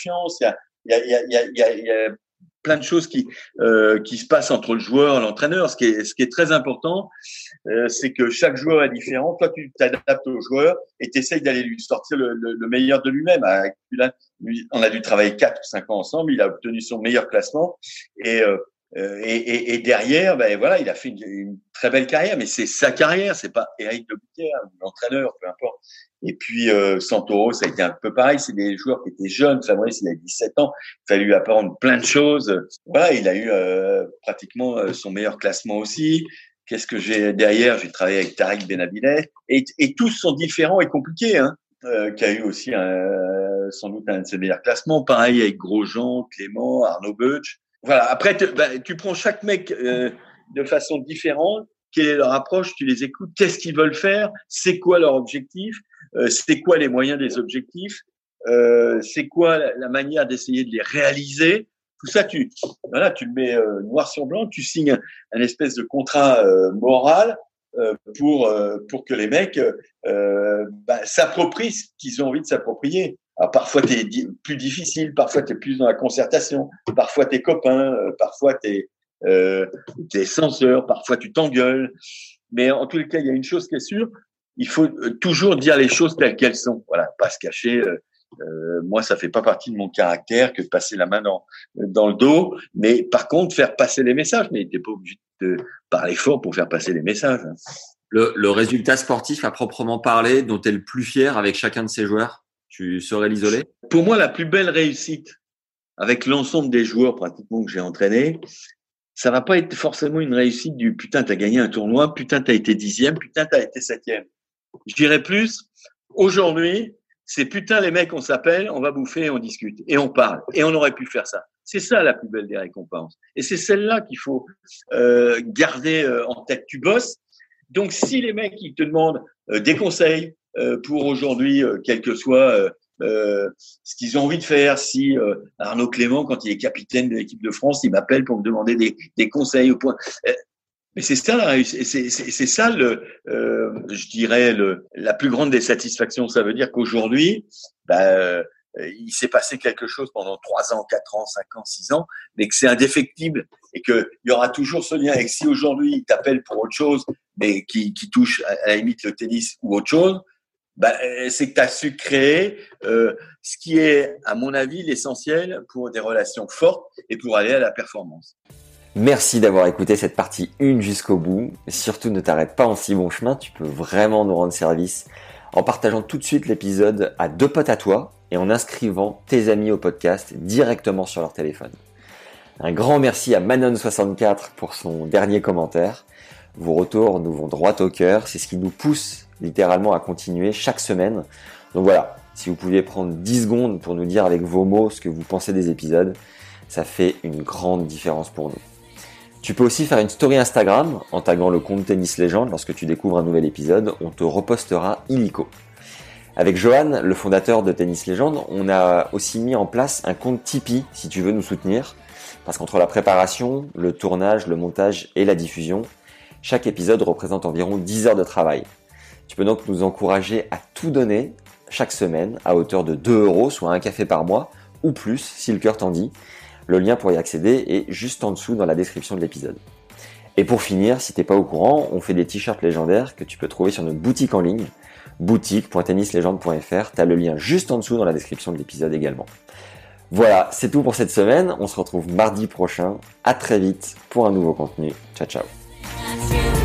a plein de choses qui se passent entre le joueur et l'entraîneur. Ce qui est très important, c'est que chaque joueur est différent. Toi, tu t'adaptes au joueur et tu essayes d'aller lui sortir le meilleur de lui-même. Avec Tulane, on a dû travailler 4 ou 5 ans ensemble. Il a obtenu son meilleur classement et derrière, voilà, il a fait une très belle carrière. Mais c'est sa carrière, c'est pas Éric de Buter, l'entraîneur, peu importe. Et puis Santoro, ça a été un peu pareil. C'est des joueurs qui étaient jeunes. Fabrice, il a 17 ans. Il fallait lui apprendre plein de choses. Voilà, il a eu pratiquement son meilleur classement aussi. Qu'est-ce que j'ai derrière? J'ai travaillé avec Tariq Benabinet. Et tous sont différents et compliqués. Hein. Qui a eu aussi sans doute un de ses meilleurs classements. Pareil avec Grosjean, Clément, Arnaud Beuch. Voilà. Après, tu prends chaque mec de façon différente. Quelle est leur approche? Tu les écoutes. Qu'est-ce qu'ils veulent faire? C'est quoi leur objectif? C'est quoi les moyens des objectifs? C'est quoi la manière d'essayer de les réaliser? Tout ça, tu le mets noir sur blanc. Tu signes un espèce de contrat moral pour que les mecs s'approprient ce qu'ils ont envie de s'approprier. Alors parfois t'es plus difficile, parfois t'es plus dans la concertation, parfois t'es copain, parfois t'es censeur, parfois tu t'engueules. Mais en tous les cas, il y a une chose qui est sûre, il faut toujours dire les choses telles qu'elles sont. Voilà, pas se cacher. Moi, ça fait pas partie de mon caractère que de passer la main dans le dos. Mais par contre, faire passer les messages. Mais t'es pas obligé de parler fort pour faire passer les messages. Hein. Le résultat sportif à proprement parler dont tu es le plus fier avec chacun de ces joueurs, tu saurais l'isoler? Pour moi, la plus belle réussite avec l'ensemble des joueurs pratiquement que j'ai entraînés, ça va pas être forcément une réussite du putain, t'as gagné un tournoi, putain, t'as été 10e, putain, t'as été 7e. Je dirais plus, aujourd'hui, c'est putain, les mecs, on s'appelle, on va bouffer, on discute et on parle. Et on aurait pu faire ça. C'est ça la plus belle des récompenses. Et c'est celle-là qu'il faut garder en tête. Tu bosses. Donc, si les mecs, ils te demandent des conseils pour aujourd'hui, quel que soit ce qu'ils ont envie de faire, si Arnaud Clément, quand il est capitaine de l'équipe de France, il m'appelle pour me demander des conseils au point. Mais c'est ça la réussite. C'est ça je dirais la plus grande des satisfactions. Ça veut dire qu'aujourd'hui, il s'est passé quelque chose pendant 3 ans, 4 ans, 5 ans, 6 ans, mais que c'est indéfectible et que il y aura toujours ce lien. Et que si aujourd'hui il t'appelle pour autre chose, mais qui touche à la limite le tennis ou autre chose, c'est que tu as su créer ce qui est, à mon avis, l'essentiel pour des relations fortes et pour aller à la performance. Merci d'avoir écouté cette partie 1 jusqu'au bout. Surtout, ne t'arrête pas en si bon chemin, tu peux vraiment nous rendre service en partageant tout de suite l'épisode à 2 potes à toi et en inscrivant tes amis au podcast directement sur leur téléphone. Un grand merci à Manon64 pour son dernier commentaire. Vos retours nous vont droit au cœur, c'est ce qui nous pousse littéralement à continuer chaque semaine. Donc voilà, si vous pouviez prendre 10 secondes pour nous dire avec vos mots ce que vous pensez des épisodes, ça fait une grande différence pour nous. Tu peux aussi faire une story Instagram en taguant le compte Tennis Légende lorsque tu découvres un nouvel épisode, on te repostera illico. Avec Johan, le fondateur de Tennis Légende, on a aussi mis en place un compte Tipeee si tu veux nous soutenir, parce qu'entre la préparation, le tournage, le montage et la diffusion, chaque épisode représente environ 10 heures de travail. Tu peux donc nous encourager à tout donner chaque semaine à hauteur de 2 €, soit un café par mois, ou plus si le cœur t'en dit. Le lien pour y accéder est juste en dessous dans la description de l'épisode. Et pour finir, si t'es pas au courant, on fait des t-shirts légendaires que tu peux trouver sur notre boutique en ligne, boutique.tennislegende.fr. T'as le lien juste en dessous dans la description de l'épisode également. Voilà, c'est tout pour cette semaine. On se retrouve mardi prochain. À très vite pour un nouveau contenu. Ciao, ciao.